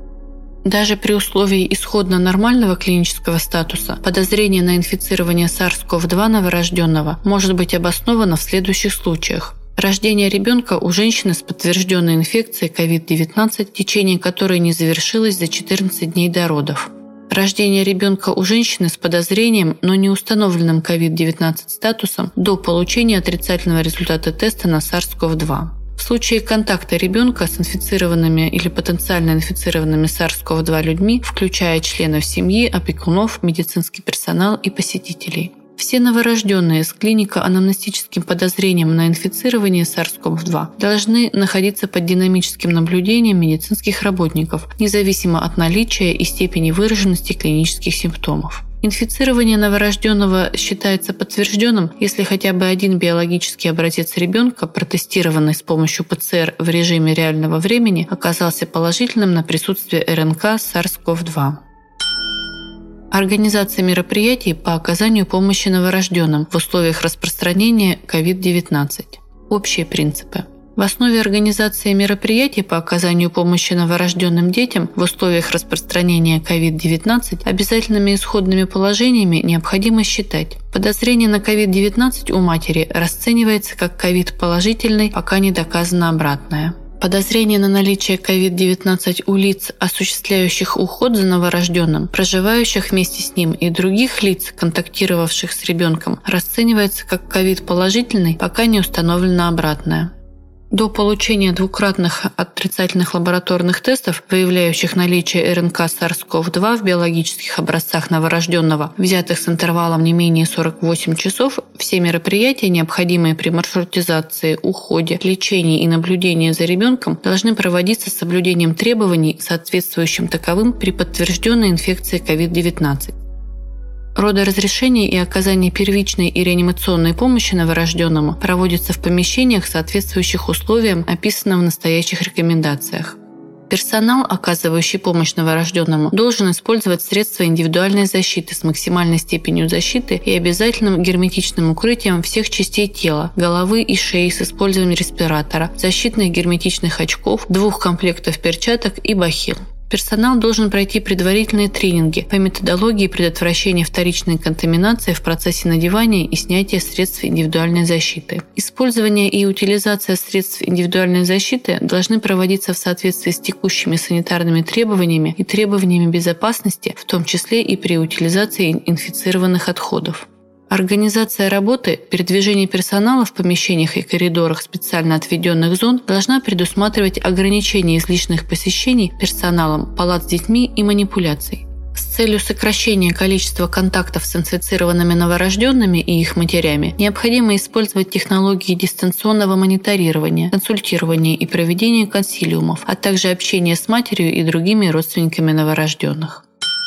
Даже при условии исходно нормального клинического статуса подозрение на инфицирование SARS-CoV-2 новорожденного может быть обосновано в следующих случаях. Рождение ребенка у женщины с подтвержденной инфекцией COVID-19, течение которой не завершилось за 14 дней до родов. Рождение ребенка у женщины с подозрением, но не установленным COVID-19 статусом до получения отрицательного результата теста на SARS-CoV-2. В случае контакта ребенка с инфицированными или потенциально инфицированными SARS-CoV-2 людьми, включая членов семьи, опекунов, медицинский персонал и посетителей. Все новорожденные с клинико-анамнестическим подозрением на инфицирование SARS-CoV-2 должны находиться под динамическим наблюдением медицинских работников, независимо от наличия и степени выраженности клинических симптомов. Инфицирование новорожденного считается подтвержденным, если хотя бы один биологический образец ребенка, протестированный с помощью ПЦР в режиме реального времени, оказался положительным на присутствие РНК SARS-CoV-2. Организация мероприятий по оказанию помощи новорожденным в условиях распространения COVID-19. Общие принципы. В основе организации мероприятий по оказанию помощи новорожденным детям в условиях распространения COVID-19 обязательными исходными положениями необходимо считать: подозрение на COVID-19 у матери расценивается как COVID-положительный, пока не доказано обратное. Подозрение на наличие COVID-19 у лиц, осуществляющих уход за новорожденным, проживающих вместе с ним и других лиц, контактировавших с ребенком, расценивается как COVID-положительный, пока не установлено обратное. До получения двукратных отрицательных лабораторных тестов, выявляющих наличие РНК SARS-CoV-2 в биологических образцах новорожденного, взятых с интервалом не менее 48 часов, все мероприятия, необходимые при маршрутизации, уходе, лечении и наблюдении за ребенком, должны проводиться с соблюдением требований, соответствующим таковым при подтвержденной инфекции COVID-19. Родоразрешение и оказание первичной и реанимационной помощи новорожденному проводится в помещениях, соответствующих условиям, описанным в настоящих рекомендациях. Персонал, оказывающий помощь новорожденному, должен использовать средства индивидуальной защиты с максимальной степенью защиты и обязательным герметичным укрытием всех частей тела, головы и шеи с использованием респиратора, защитных герметичных очков, 2 комплектов перчаток и бахил. Персонал должен пройти предварительные тренинги по методологии предотвращения вторичной контаминации в процессе надевания и снятия средств индивидуальной защиты. Использование и утилизация средств индивидуальной защиты должны проводиться в соответствии с текущими санитарными требованиями и требованиями безопасности, в том числе и при утилизации инфицированных отходов. Организация работы, передвижение персонала в помещениях и коридорах специально отведенных зон должна предусматривать ограничение излишних посещений персоналом палат с детьми и манипуляций. С целью сокращения количества контактов с инфицированными новорожденными и их матерями необходимо использовать технологии дистанционного мониторирования, консультирования и проведения консилиумов, а также общения с матерью и другими родственниками новорожденных.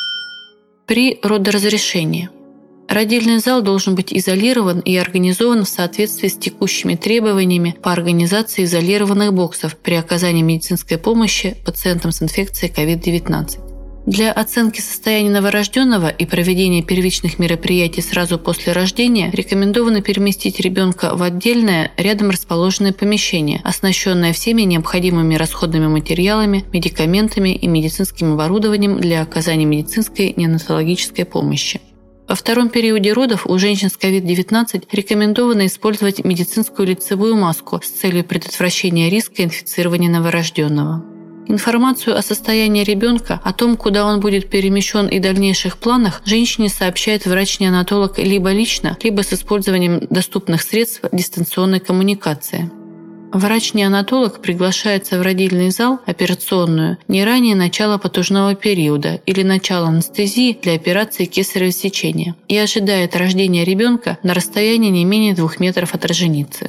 При родоразрешении родильный зал должен быть изолирован и организован в соответствии с текущими требованиями по организации изолированных боксов при оказании медицинской помощи пациентам с инфекцией COVID-19. Для оценки состояния новорожденного и проведения первичных мероприятий сразу после рождения рекомендовано переместить ребенка в отдельное, рядом расположенное помещение, оснащенное всеми необходимыми расходными материалами, медикаментами и медицинским оборудованием для оказания медицинской неонатологической помощи. Во втором периоде родов у женщин с COVID-19 рекомендовано использовать медицинскую лицевую маску с целью предотвращения риска инфицирования новорожденного. Информацию о состоянии ребенка, о том, куда он будет перемещен и дальнейших планах, женщине сообщает врач-неонатолог либо лично, либо с использованием доступных средств дистанционной коммуникации. Врач-неонатолог приглашается в родильный зал, операционную, не ранее начала потужного периода или начала анестезии для операции кесарево сечения и ожидает рождения ребенка на расстоянии не менее 2 метров от роженицы.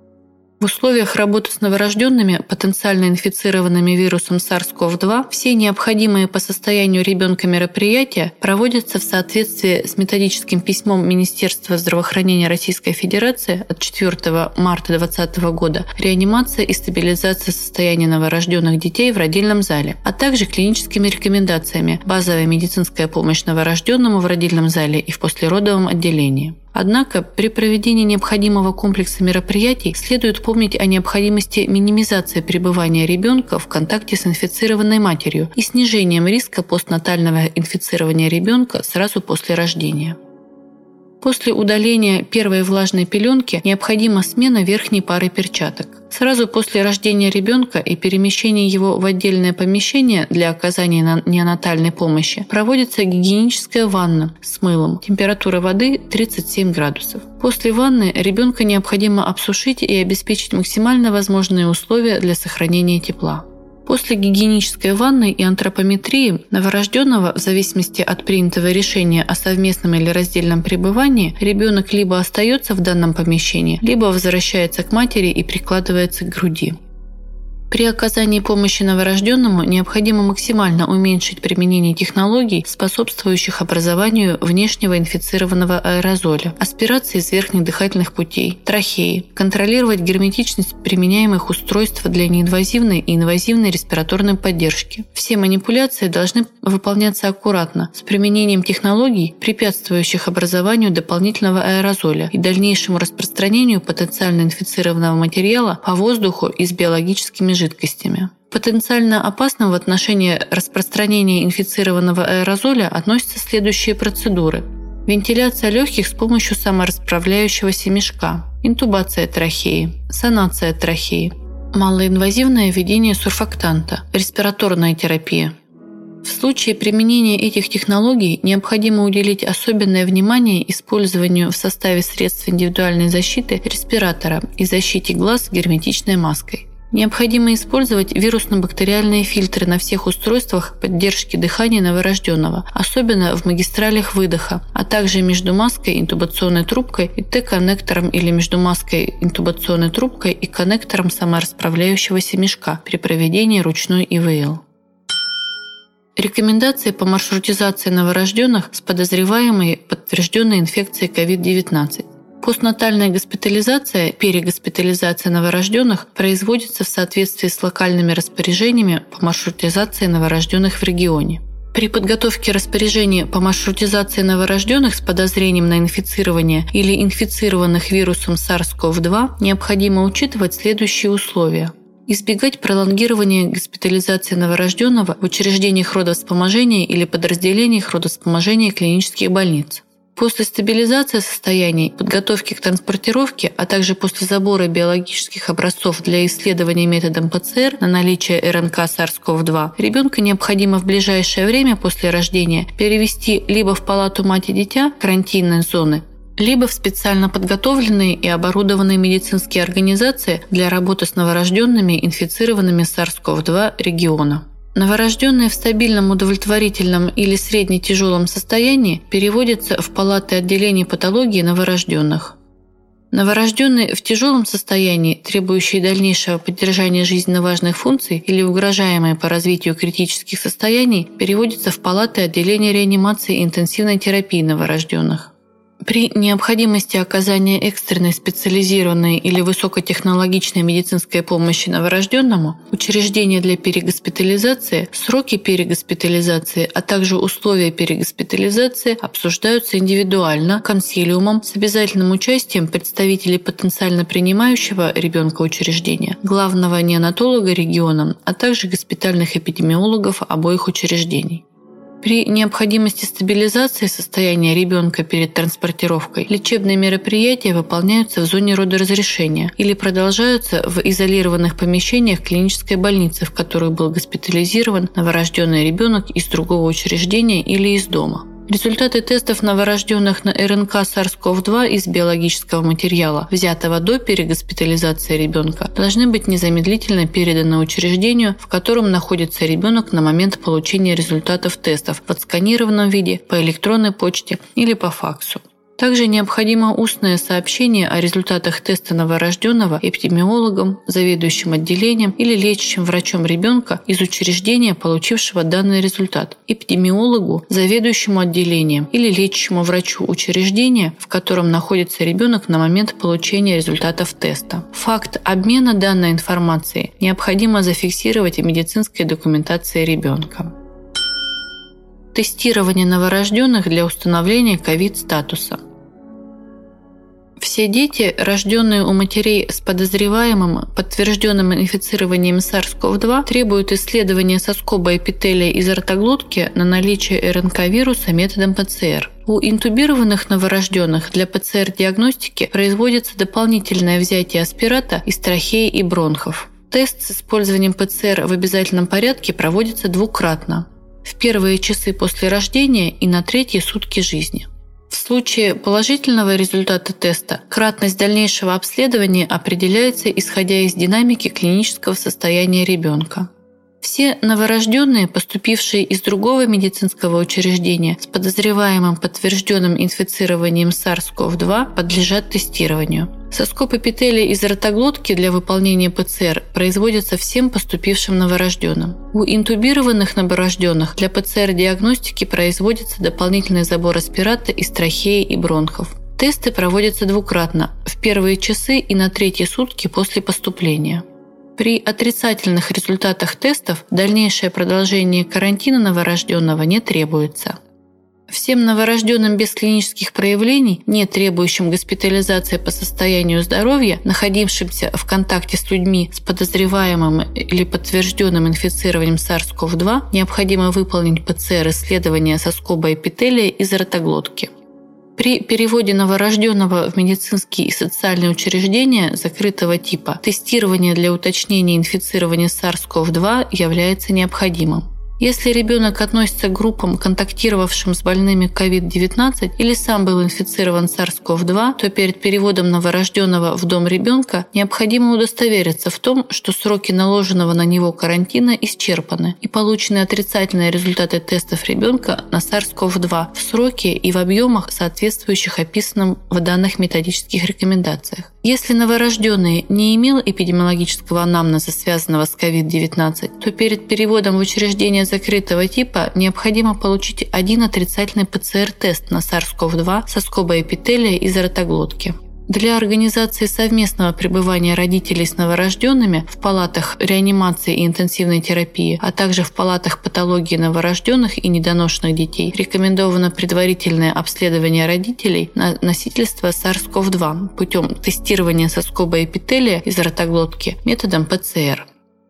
В условиях работы с новорожденными, потенциально инфицированными вирусом SARS-CoV-2, все необходимые по состоянию ребенка мероприятия проводятся в соответствии с методическим письмом Министерства здравоохранения Российской Федерации от 4 марта 2020 года «Реанимация и стабилизация состояния новорожденных детей в родильном зале», а также клиническими рекомендациями «Базовая медицинская помощь новорожденному в родильном зале и в послеродовом отделении». Однако при проведении необходимого комплекса мероприятий следует помнить о необходимости минимизации пребывания ребенка в контакте с инфицированной матерью и снижением риска постнатального инфицирования ребенка сразу после рождения. После удаления первой влажной пеленки необходима смена верхней пары перчаток. Сразу после рождения ребенка и перемещения его в отдельное помещение для оказания неонатальной помощи проводится гигиеническая ванна с мылом. Температура воды 37 градусов. После ванны ребенка необходимо обсушить и обеспечить максимально возможные условия для сохранения тепла. После гигиенической ванны и антропометрии новорожденного, в зависимости от принятого решения о совместном или раздельном пребывании, ребенок либо остается в данном помещении, либо возвращается к матери и прикладывается к груди. При оказании помощи новорожденному необходимо максимально уменьшить применение технологий, способствующих образованию внешнего инфицированного аэрозоля, аспирации из верхних дыхательных путей, трахеи, контролировать герметичность применяемых устройств для неинвазивной и инвазивной респираторной поддержки. Все манипуляции должны выполняться аккуратно, с применением технологий, препятствующих образованию дополнительного аэрозоля и дальнейшему распространению потенциально инфицированного материала по воздуху и с биологическими жидкостями. Потенциально опасным в отношении распространения инфицированного аэрозоля относятся следующие процедуры. Вентиляция легких с помощью саморасправляющегося мешка, интубация трахеи, санация трахеи, малоинвазивное введение сурфактанта, респираторная терапия. В случае применения этих технологий необходимо уделить особенное внимание использованию в составе средств индивидуальной защиты респиратора и защите глаз герметичной маской. Необходимо использовать вирусно-бактериальные фильтры на всех устройствах поддержки дыхания новорожденного, особенно в магистралях выдоха, а также между маской, интубационной трубкой и Т-коннектором или между маской, интубационной трубкой и коннектором саморасправляющегося мешка при проведении ручной ИВЛ. Рекомендации по маршрутизации новорожденных с подозреваемой подтвержденной инфекцией COVID-19. Постнатальная госпитализация, перегоспитализация новорожденных производится в соответствии с локальными распоряжениями по маршрутизации новорожденных в регионе. При подготовке распоряжений по маршрутизации новорожденных с подозрением на инфицирование или инфицированных вирусом SARS-CoV-2 необходимо учитывать следующие условия. Избегать пролонгирования госпитализации новорожденного в учреждениях родовспоможения или подразделениях родовспоможения клинических больниц. После стабилизации состояний, подготовки к транспортировке, а также после забора биологических образцов для исследования методом ПЦР на наличие РНК SARS-CoV-2, ребенка необходимо в ближайшее время после рождения перевести либо в палату мать и дитя карантинной зоны, либо в специально подготовленные и оборудованные медицинские организации для работы с новорожденными, инфицированными SARS-CoV-2 региона. Новорожденные в стабильном, удовлетворительном или средне-тяжелом состоянии переводятся в палаты отделений патологии новорожденных. Новорожденные в тяжелом состоянии, требующие дальнейшего поддержания жизненно важных функций или угрожаемые по развитию критических состояний, переводятся в палаты отделения реанимации и интенсивной терапии новорожденных. При необходимости оказания экстренной, специализированной или высокотехнологичной медицинской помощи новорожденному, учреждения для перегоспитализации, сроки перегоспитализации, а также условия перегоспитализации обсуждаются индивидуально, консилиумом с обязательным участием представителей потенциально принимающего ребенка учреждения, главного неонатолога региона, а также госпитальных эпидемиологов обоих учреждений. При необходимости стабилизации состояния ребенка перед транспортировкой лечебные мероприятия выполняются в зоне родоразрешения или продолжаются в изолированных помещениях клинической больницы, в которых был госпитализирован новорожденный ребенок из другого учреждения или из дома. Результаты тестов новорожденных на РНК SARS-CoV-2 из биологического материала, взятого до перегоспитализации ребенка, должны быть незамедлительно переданы учреждению, в котором находится ребенок на момент получения результатов тестов в отсканированном виде, по электронной почте или по факсу. Также необходимо устное сообщение о результатах теста новорожденного эпидемиологам, заведующим отделением или лечащим врачом ребенка из учреждения, получившего данный результат, эпидемиологу, заведующему отделением или лечащему врачу учреждения, в котором находится ребенок на момент получения результатов теста. Факт обмена данной информацией необходимо зафиксировать в медицинской документации ребенка. Тестирование новорожденных для установления ковид-статуса. Все дети, рожденные у матерей с подозреваемым, подтвержденным инфицированием SARS-CoV-2, требуют исследования соскоба эпителия из ротоглотки на наличие РНК-вируса методом ПЦР. У интубированных новорожденных для ПЦР-диагностики производится дополнительное взятие аспирата из трахеи и бронхов. Тест с использованием ПЦР в обязательном порядке проводится двукратно – в первые часы после рождения и на третьи сутки жизни. В случае положительного результата теста кратность дальнейшего обследования определяется, исходя из динамики клинического состояния ребенка. Все новорожденные, поступившие из другого медицинского учреждения с подозреваемым подтвержденным инфицированием SARS-CoV-2, подлежат тестированию. Соскоб эпителия из ротоглотки для выполнения ПЦР производится всем поступившим новорожденным. У интубированных новорожденных для ПЦР-диагностики производится дополнительный забор аспирата из трахеи и бронхов. Тесты проводятся двукратно – в первые часы и на третьи сутки после поступления. При отрицательных результатах тестов дальнейшее продолжение карантина новорожденного не требуется. Всем новорожденным без клинических проявлений, не требующим госпитализации по состоянию здоровья, находившимся в контакте с людьми с подозреваемым или подтвержденным инфицированием SARS-CoV-2, необходимо выполнить ПЦР-исследование соскоба эпителия из ротоглотки. При переводе новорожденного в медицинские и социальные учреждения закрытого типа тестирование для уточнения инфицирования SARS-CoV-2 является необходимым. Если ребенок относится к группам, контактировавшим с больными COVID-19 или сам был инфицирован SARS-CoV-2, то перед переводом новорожденного в дом ребенка необходимо удостовериться в том, что сроки наложенного на него карантина исчерпаны и получены отрицательные результаты тестов ребенка на SARS-CoV-2 в сроке и в объемах, соответствующих описанным в данных методических рекомендациях. Если новорожденный не имел эпидемиологического анамнеза, связанного с COVID-19, то перед переводом в учреждение закрытого типа необходимо получить один отрицательный ПЦР-тест на SARS-CoV-2 со скобой эпителия из ротоглотки. Для организации совместного пребывания родителей с новорожденными в палатах реанимации и интенсивной терапии, а также в палатах патологии новорожденных и недоношенных детей рекомендовано предварительное обследование родителей на носительство SARS-CoV-2 путем тестирования со скобой эпителия из ротоглотки методом ПЦР.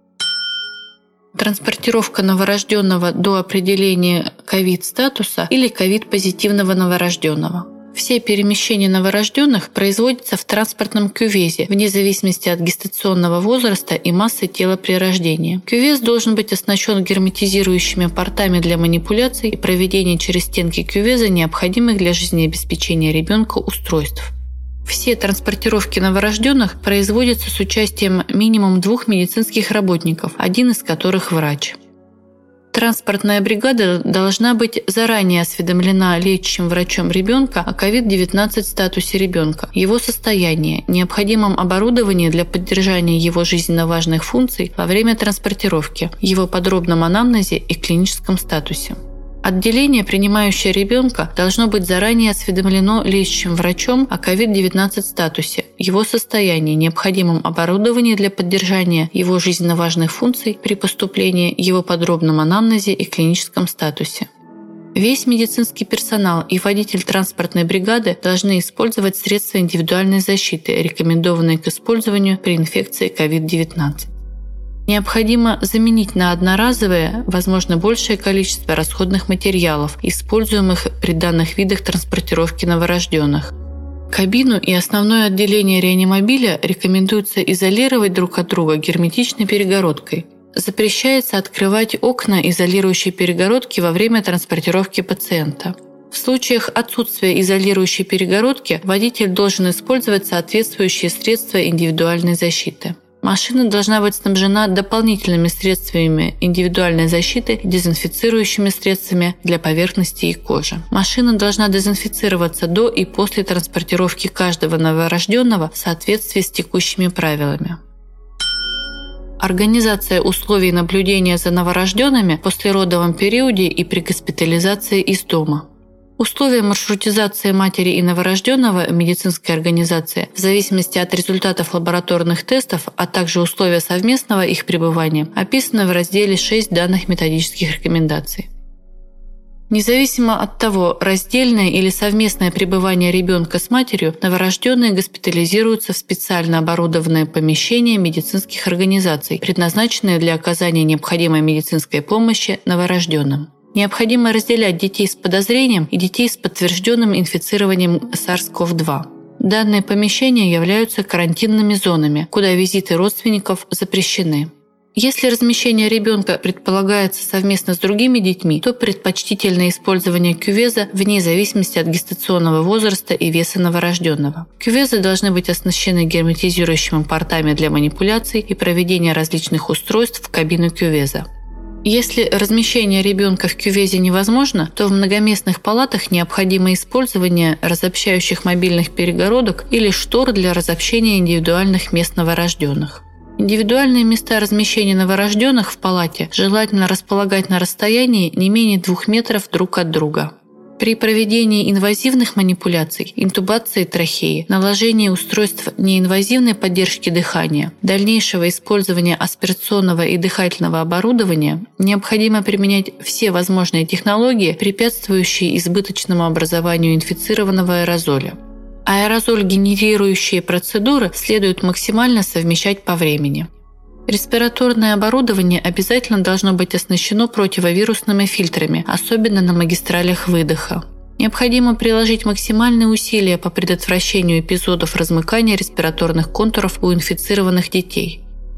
Транспортировка новорожденного до определения ковид-статуса или ковид-позитивного новорожденного. Все перемещения новорожденных производятся в транспортном кювезе, вне зависимости от гестационного возраста и массы тела при рождении. Кювез должен быть оснащен герметизирующими портами для манипуляций и проведения через стенки кювеза необходимых для жизнеобеспечения ребенка устройств. Все транспортировки новорожденных производятся с участием минимум 2 медицинских работников, один из которых врач. Транспортная бригада должна быть заранее осведомлена лечащим врачом ребенка о COVID-19 статусе ребенка, его состоянии, необходимом оборудовании для поддержания его жизненно важных функций во время транспортировки, его подробном анамнезе и клиническом статусе. Отделение, принимающее ребенка, должно быть заранее осведомлено лечащим врачом о COVID-19 статусе, его состоянии, необходимом оборудовании для поддержания его жизненно важных функций при поступлении, его подробном анамнезе и клиническом статусе. Весь медицинский персонал и водитель транспортной бригады должны использовать средства индивидуальной защиты, рекомендованные к использованию при инфекции COVID-19. Необходимо заменить на одноразовое, возможно, большее количество расходных материалов, используемых при данных видах транспортировки новорожденных. Кабину и основное отделение реанимобиля рекомендуется изолировать друг от друга герметичной перегородкой. Запрещается открывать окна изолирующей перегородки во время транспортировки пациента. В случаях отсутствия изолирующей перегородки водитель должен использовать соответствующие средства индивидуальной защиты. Машина должна быть снабжена дополнительными средствами индивидуальной защиты и дезинфицирующими средствами для поверхности и кожи. Машина должна дезинфицироваться до и после транспортировки каждого новорожденного в соответствии с текущими правилами. Организация условий наблюдения за новорожденными в послеродовом периоде и при госпитализации из дома. Условия маршрутизации матери и новорожденного медицинской организации в зависимости от результатов лабораторных тестов, а также условия совместного их пребывания описаны в разделе 6 данных методических рекомендаций. Независимо от того, раздельное или совместное пребывание ребенка с матерью, новорожденные госпитализируются в специально оборудованное помещение медицинских организаций, предназначенные для оказания необходимой медицинской помощи новорожденным. Необходимо разделять детей с подозрением и детей с подтвержденным инфицированием SARS-CoV-2. Данные помещения являются карантинными зонами, куда визиты родственников запрещены. Если размещение ребенка предполагается совместно с другими детьми, то предпочтительно использование кювеза вне зависимости от гестационного возраста и веса новорожденного. Кювезы должны быть оснащены герметизирующими портами для манипуляций и проведения различных устройств в кабину кювеза. Если размещение ребенка в кювезе невозможно, то в многоместных палатах необходимо использование разобщающих мобильных перегородок или штор для разобщения индивидуальных мест новорожденных. Индивидуальные места размещения новорожденных в палате желательно располагать на расстоянии не менее 2 метров друг от друга. При проведении инвазивных манипуляций, интубации трахеи, наложении устройств неинвазивной поддержки дыхания, дальнейшего использования аспирационного и дыхательного оборудования необходимо применять все возможные технологии, препятствующие избыточному образованию инфицированного аэрозоля. Аэрозоль-генерирующие процедуры следует максимально совмещать по времени. Респираторное оборудование обязательно должно быть оснащено противовирусными фильтрами, особенно на магистралях выдоха. Необходимо приложить максимальные усилия по предотвращению эпизодов размыкания респираторных контуров у инфицированных детей.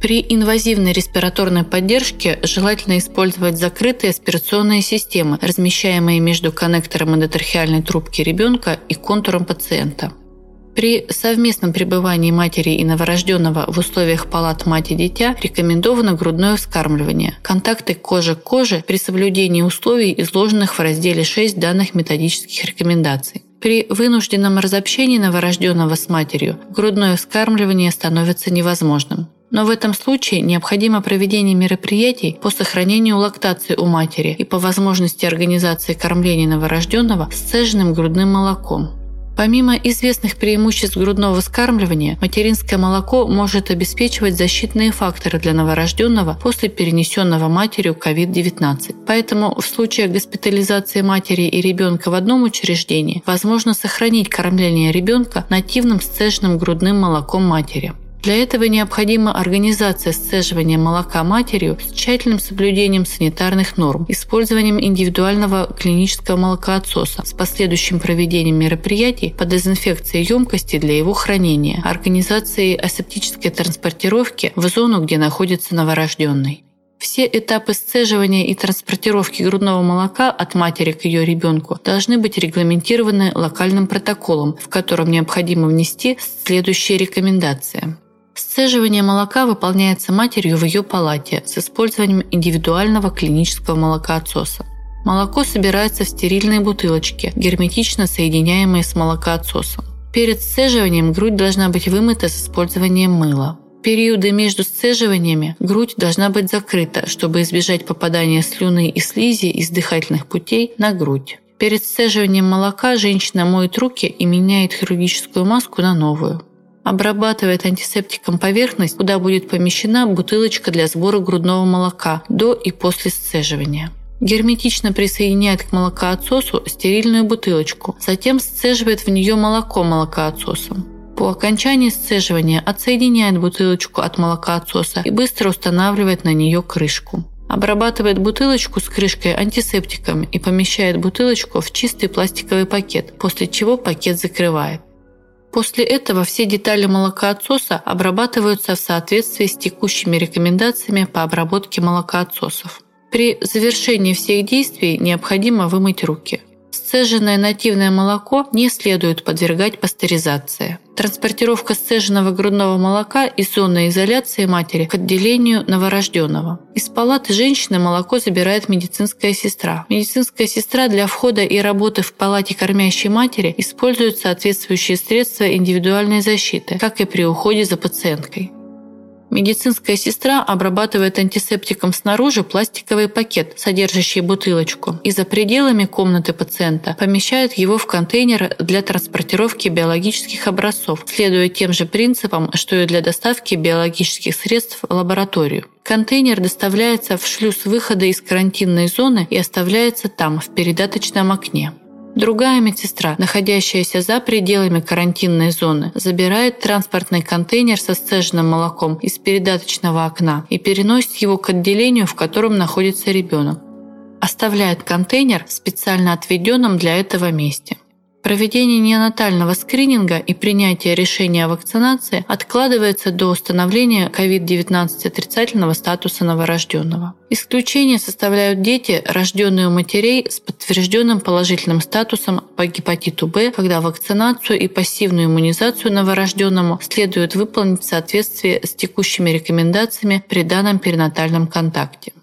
При инвазивной респираторной поддержке желательно использовать закрытые аспирационные системы, размещаемые между коннектором эндотрахеальной трубки ребенка и контуром пациента. При совместном пребывании матери и новорожденного в условиях палат мать и дитя рекомендовано грудное вскармливание, контакты кожи к коже при соблюдении условий, изложенных в разделе 6 данных методических рекомендаций. При вынужденном разобщении новорожденного с матерью грудное вскармливание становится невозможным. Но в этом случае необходимо проведение мероприятий по сохранению лактации у матери и по возможности организации кормления новорожденного сцеженным грудным молоком. Помимо известных преимуществ грудного вскармливания, материнское молоко может обеспечивать защитные факторы для новорожденного после перенесенного матерью COVID-19. Поэтому в случае госпитализации матери и ребенка в одном учреждении возможно сохранить кормление ребенка нативным сцеженным грудным молоком матери. Для этого необходима организация сцеживания молока матерью с тщательным соблюдением санитарных норм, использованием индивидуального клинического молокоотсоса с последующим проведением мероприятий по дезинфекции емкости для его хранения, организацией асептической транспортировки в зону, где находится новорожденный. Все этапы сцеживания и транспортировки грудного молока от матери к ее ребенку должны быть регламентированы локальным протоколом, в котором необходимо внести следующие рекомендации. Сцеживание молока выполняется матерью в ее палате с использованием индивидуального клинического молокоотсоса. Молоко собирается в стерильные бутылочки, герметично соединяемые с молокоотсосом. Перед сцеживанием грудь должна быть вымыта с использованием мыла. В периоды между сцеживаниями грудь должна быть закрыта, чтобы избежать попадания слюны и слизи из дыхательных путей на грудь. Перед сцеживанием молока женщина моет руки и меняет хирургическую маску на новую. Обрабатывает антисептиком поверхность, куда будет помещена бутылочка для сбора грудного молока до и после сцеживания. Герметично присоединяет к молокоотсосу стерильную бутылочку, затем сцеживает в нее молоко молокоотсосом. По окончании сцеживания отсоединяет бутылочку от молокоотсоса и быстро устанавливает на нее крышку. Обрабатывает бутылочку с крышкой антисептиком и помещает бутылочку в чистый пластиковый пакет, после чего пакет закрывает. После этого все детали молокоотсоса обрабатываются в соответствии с текущими рекомендациями по обработке молокоотсосов. При завершении всех действий необходимо вымыть руки. Сцеженное нативное молоко не следует подвергать пастеризации. Транспортировка сцеженного грудного молока из зоны изоляции матери к отделению новорожденного. Из палаты женщины молоко забирает медицинская сестра. Медицинская сестра для входа и работы в палате кормящей матери использует соответствующие средства индивидуальной защиты, как и при уходе за пациенткой. Медицинская сестра обрабатывает антисептиком снаружи пластиковый пакет, содержащий бутылочку, и за пределами комнаты пациента помещает его в контейнер для транспортировки биологических образцов, следуя тем же принципам, что и для доставки биологических средств в лабораторию. Контейнер доставляется в шлюз выхода из карантинной зоны и оставляется там, в передаточном окне. Другая медсестра, находящаяся за пределами карантинной зоны, забирает транспортный контейнер со сцеженным молоком из передаточного окна и переносит его к отделению, в котором находится ребенок. Оставляет контейнер в специально отведенном для этого месте. Проведение неонатального скрининга и принятие решения о вакцинации откладывается до установления COVID-19 отрицательного статуса новорожденного. Исключение составляют дети, рожденные у матерей с подтвержденным положительным статусом по гепатиту Б, когда вакцинацию и пассивную иммунизацию новорожденному следует выполнить в соответствии с текущими рекомендациями при данном перинатальном контакте.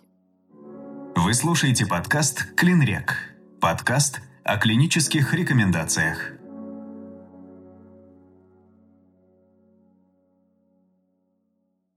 Вы слушаете подкаст «Клинрек». Подкаст о клинических рекомендациях.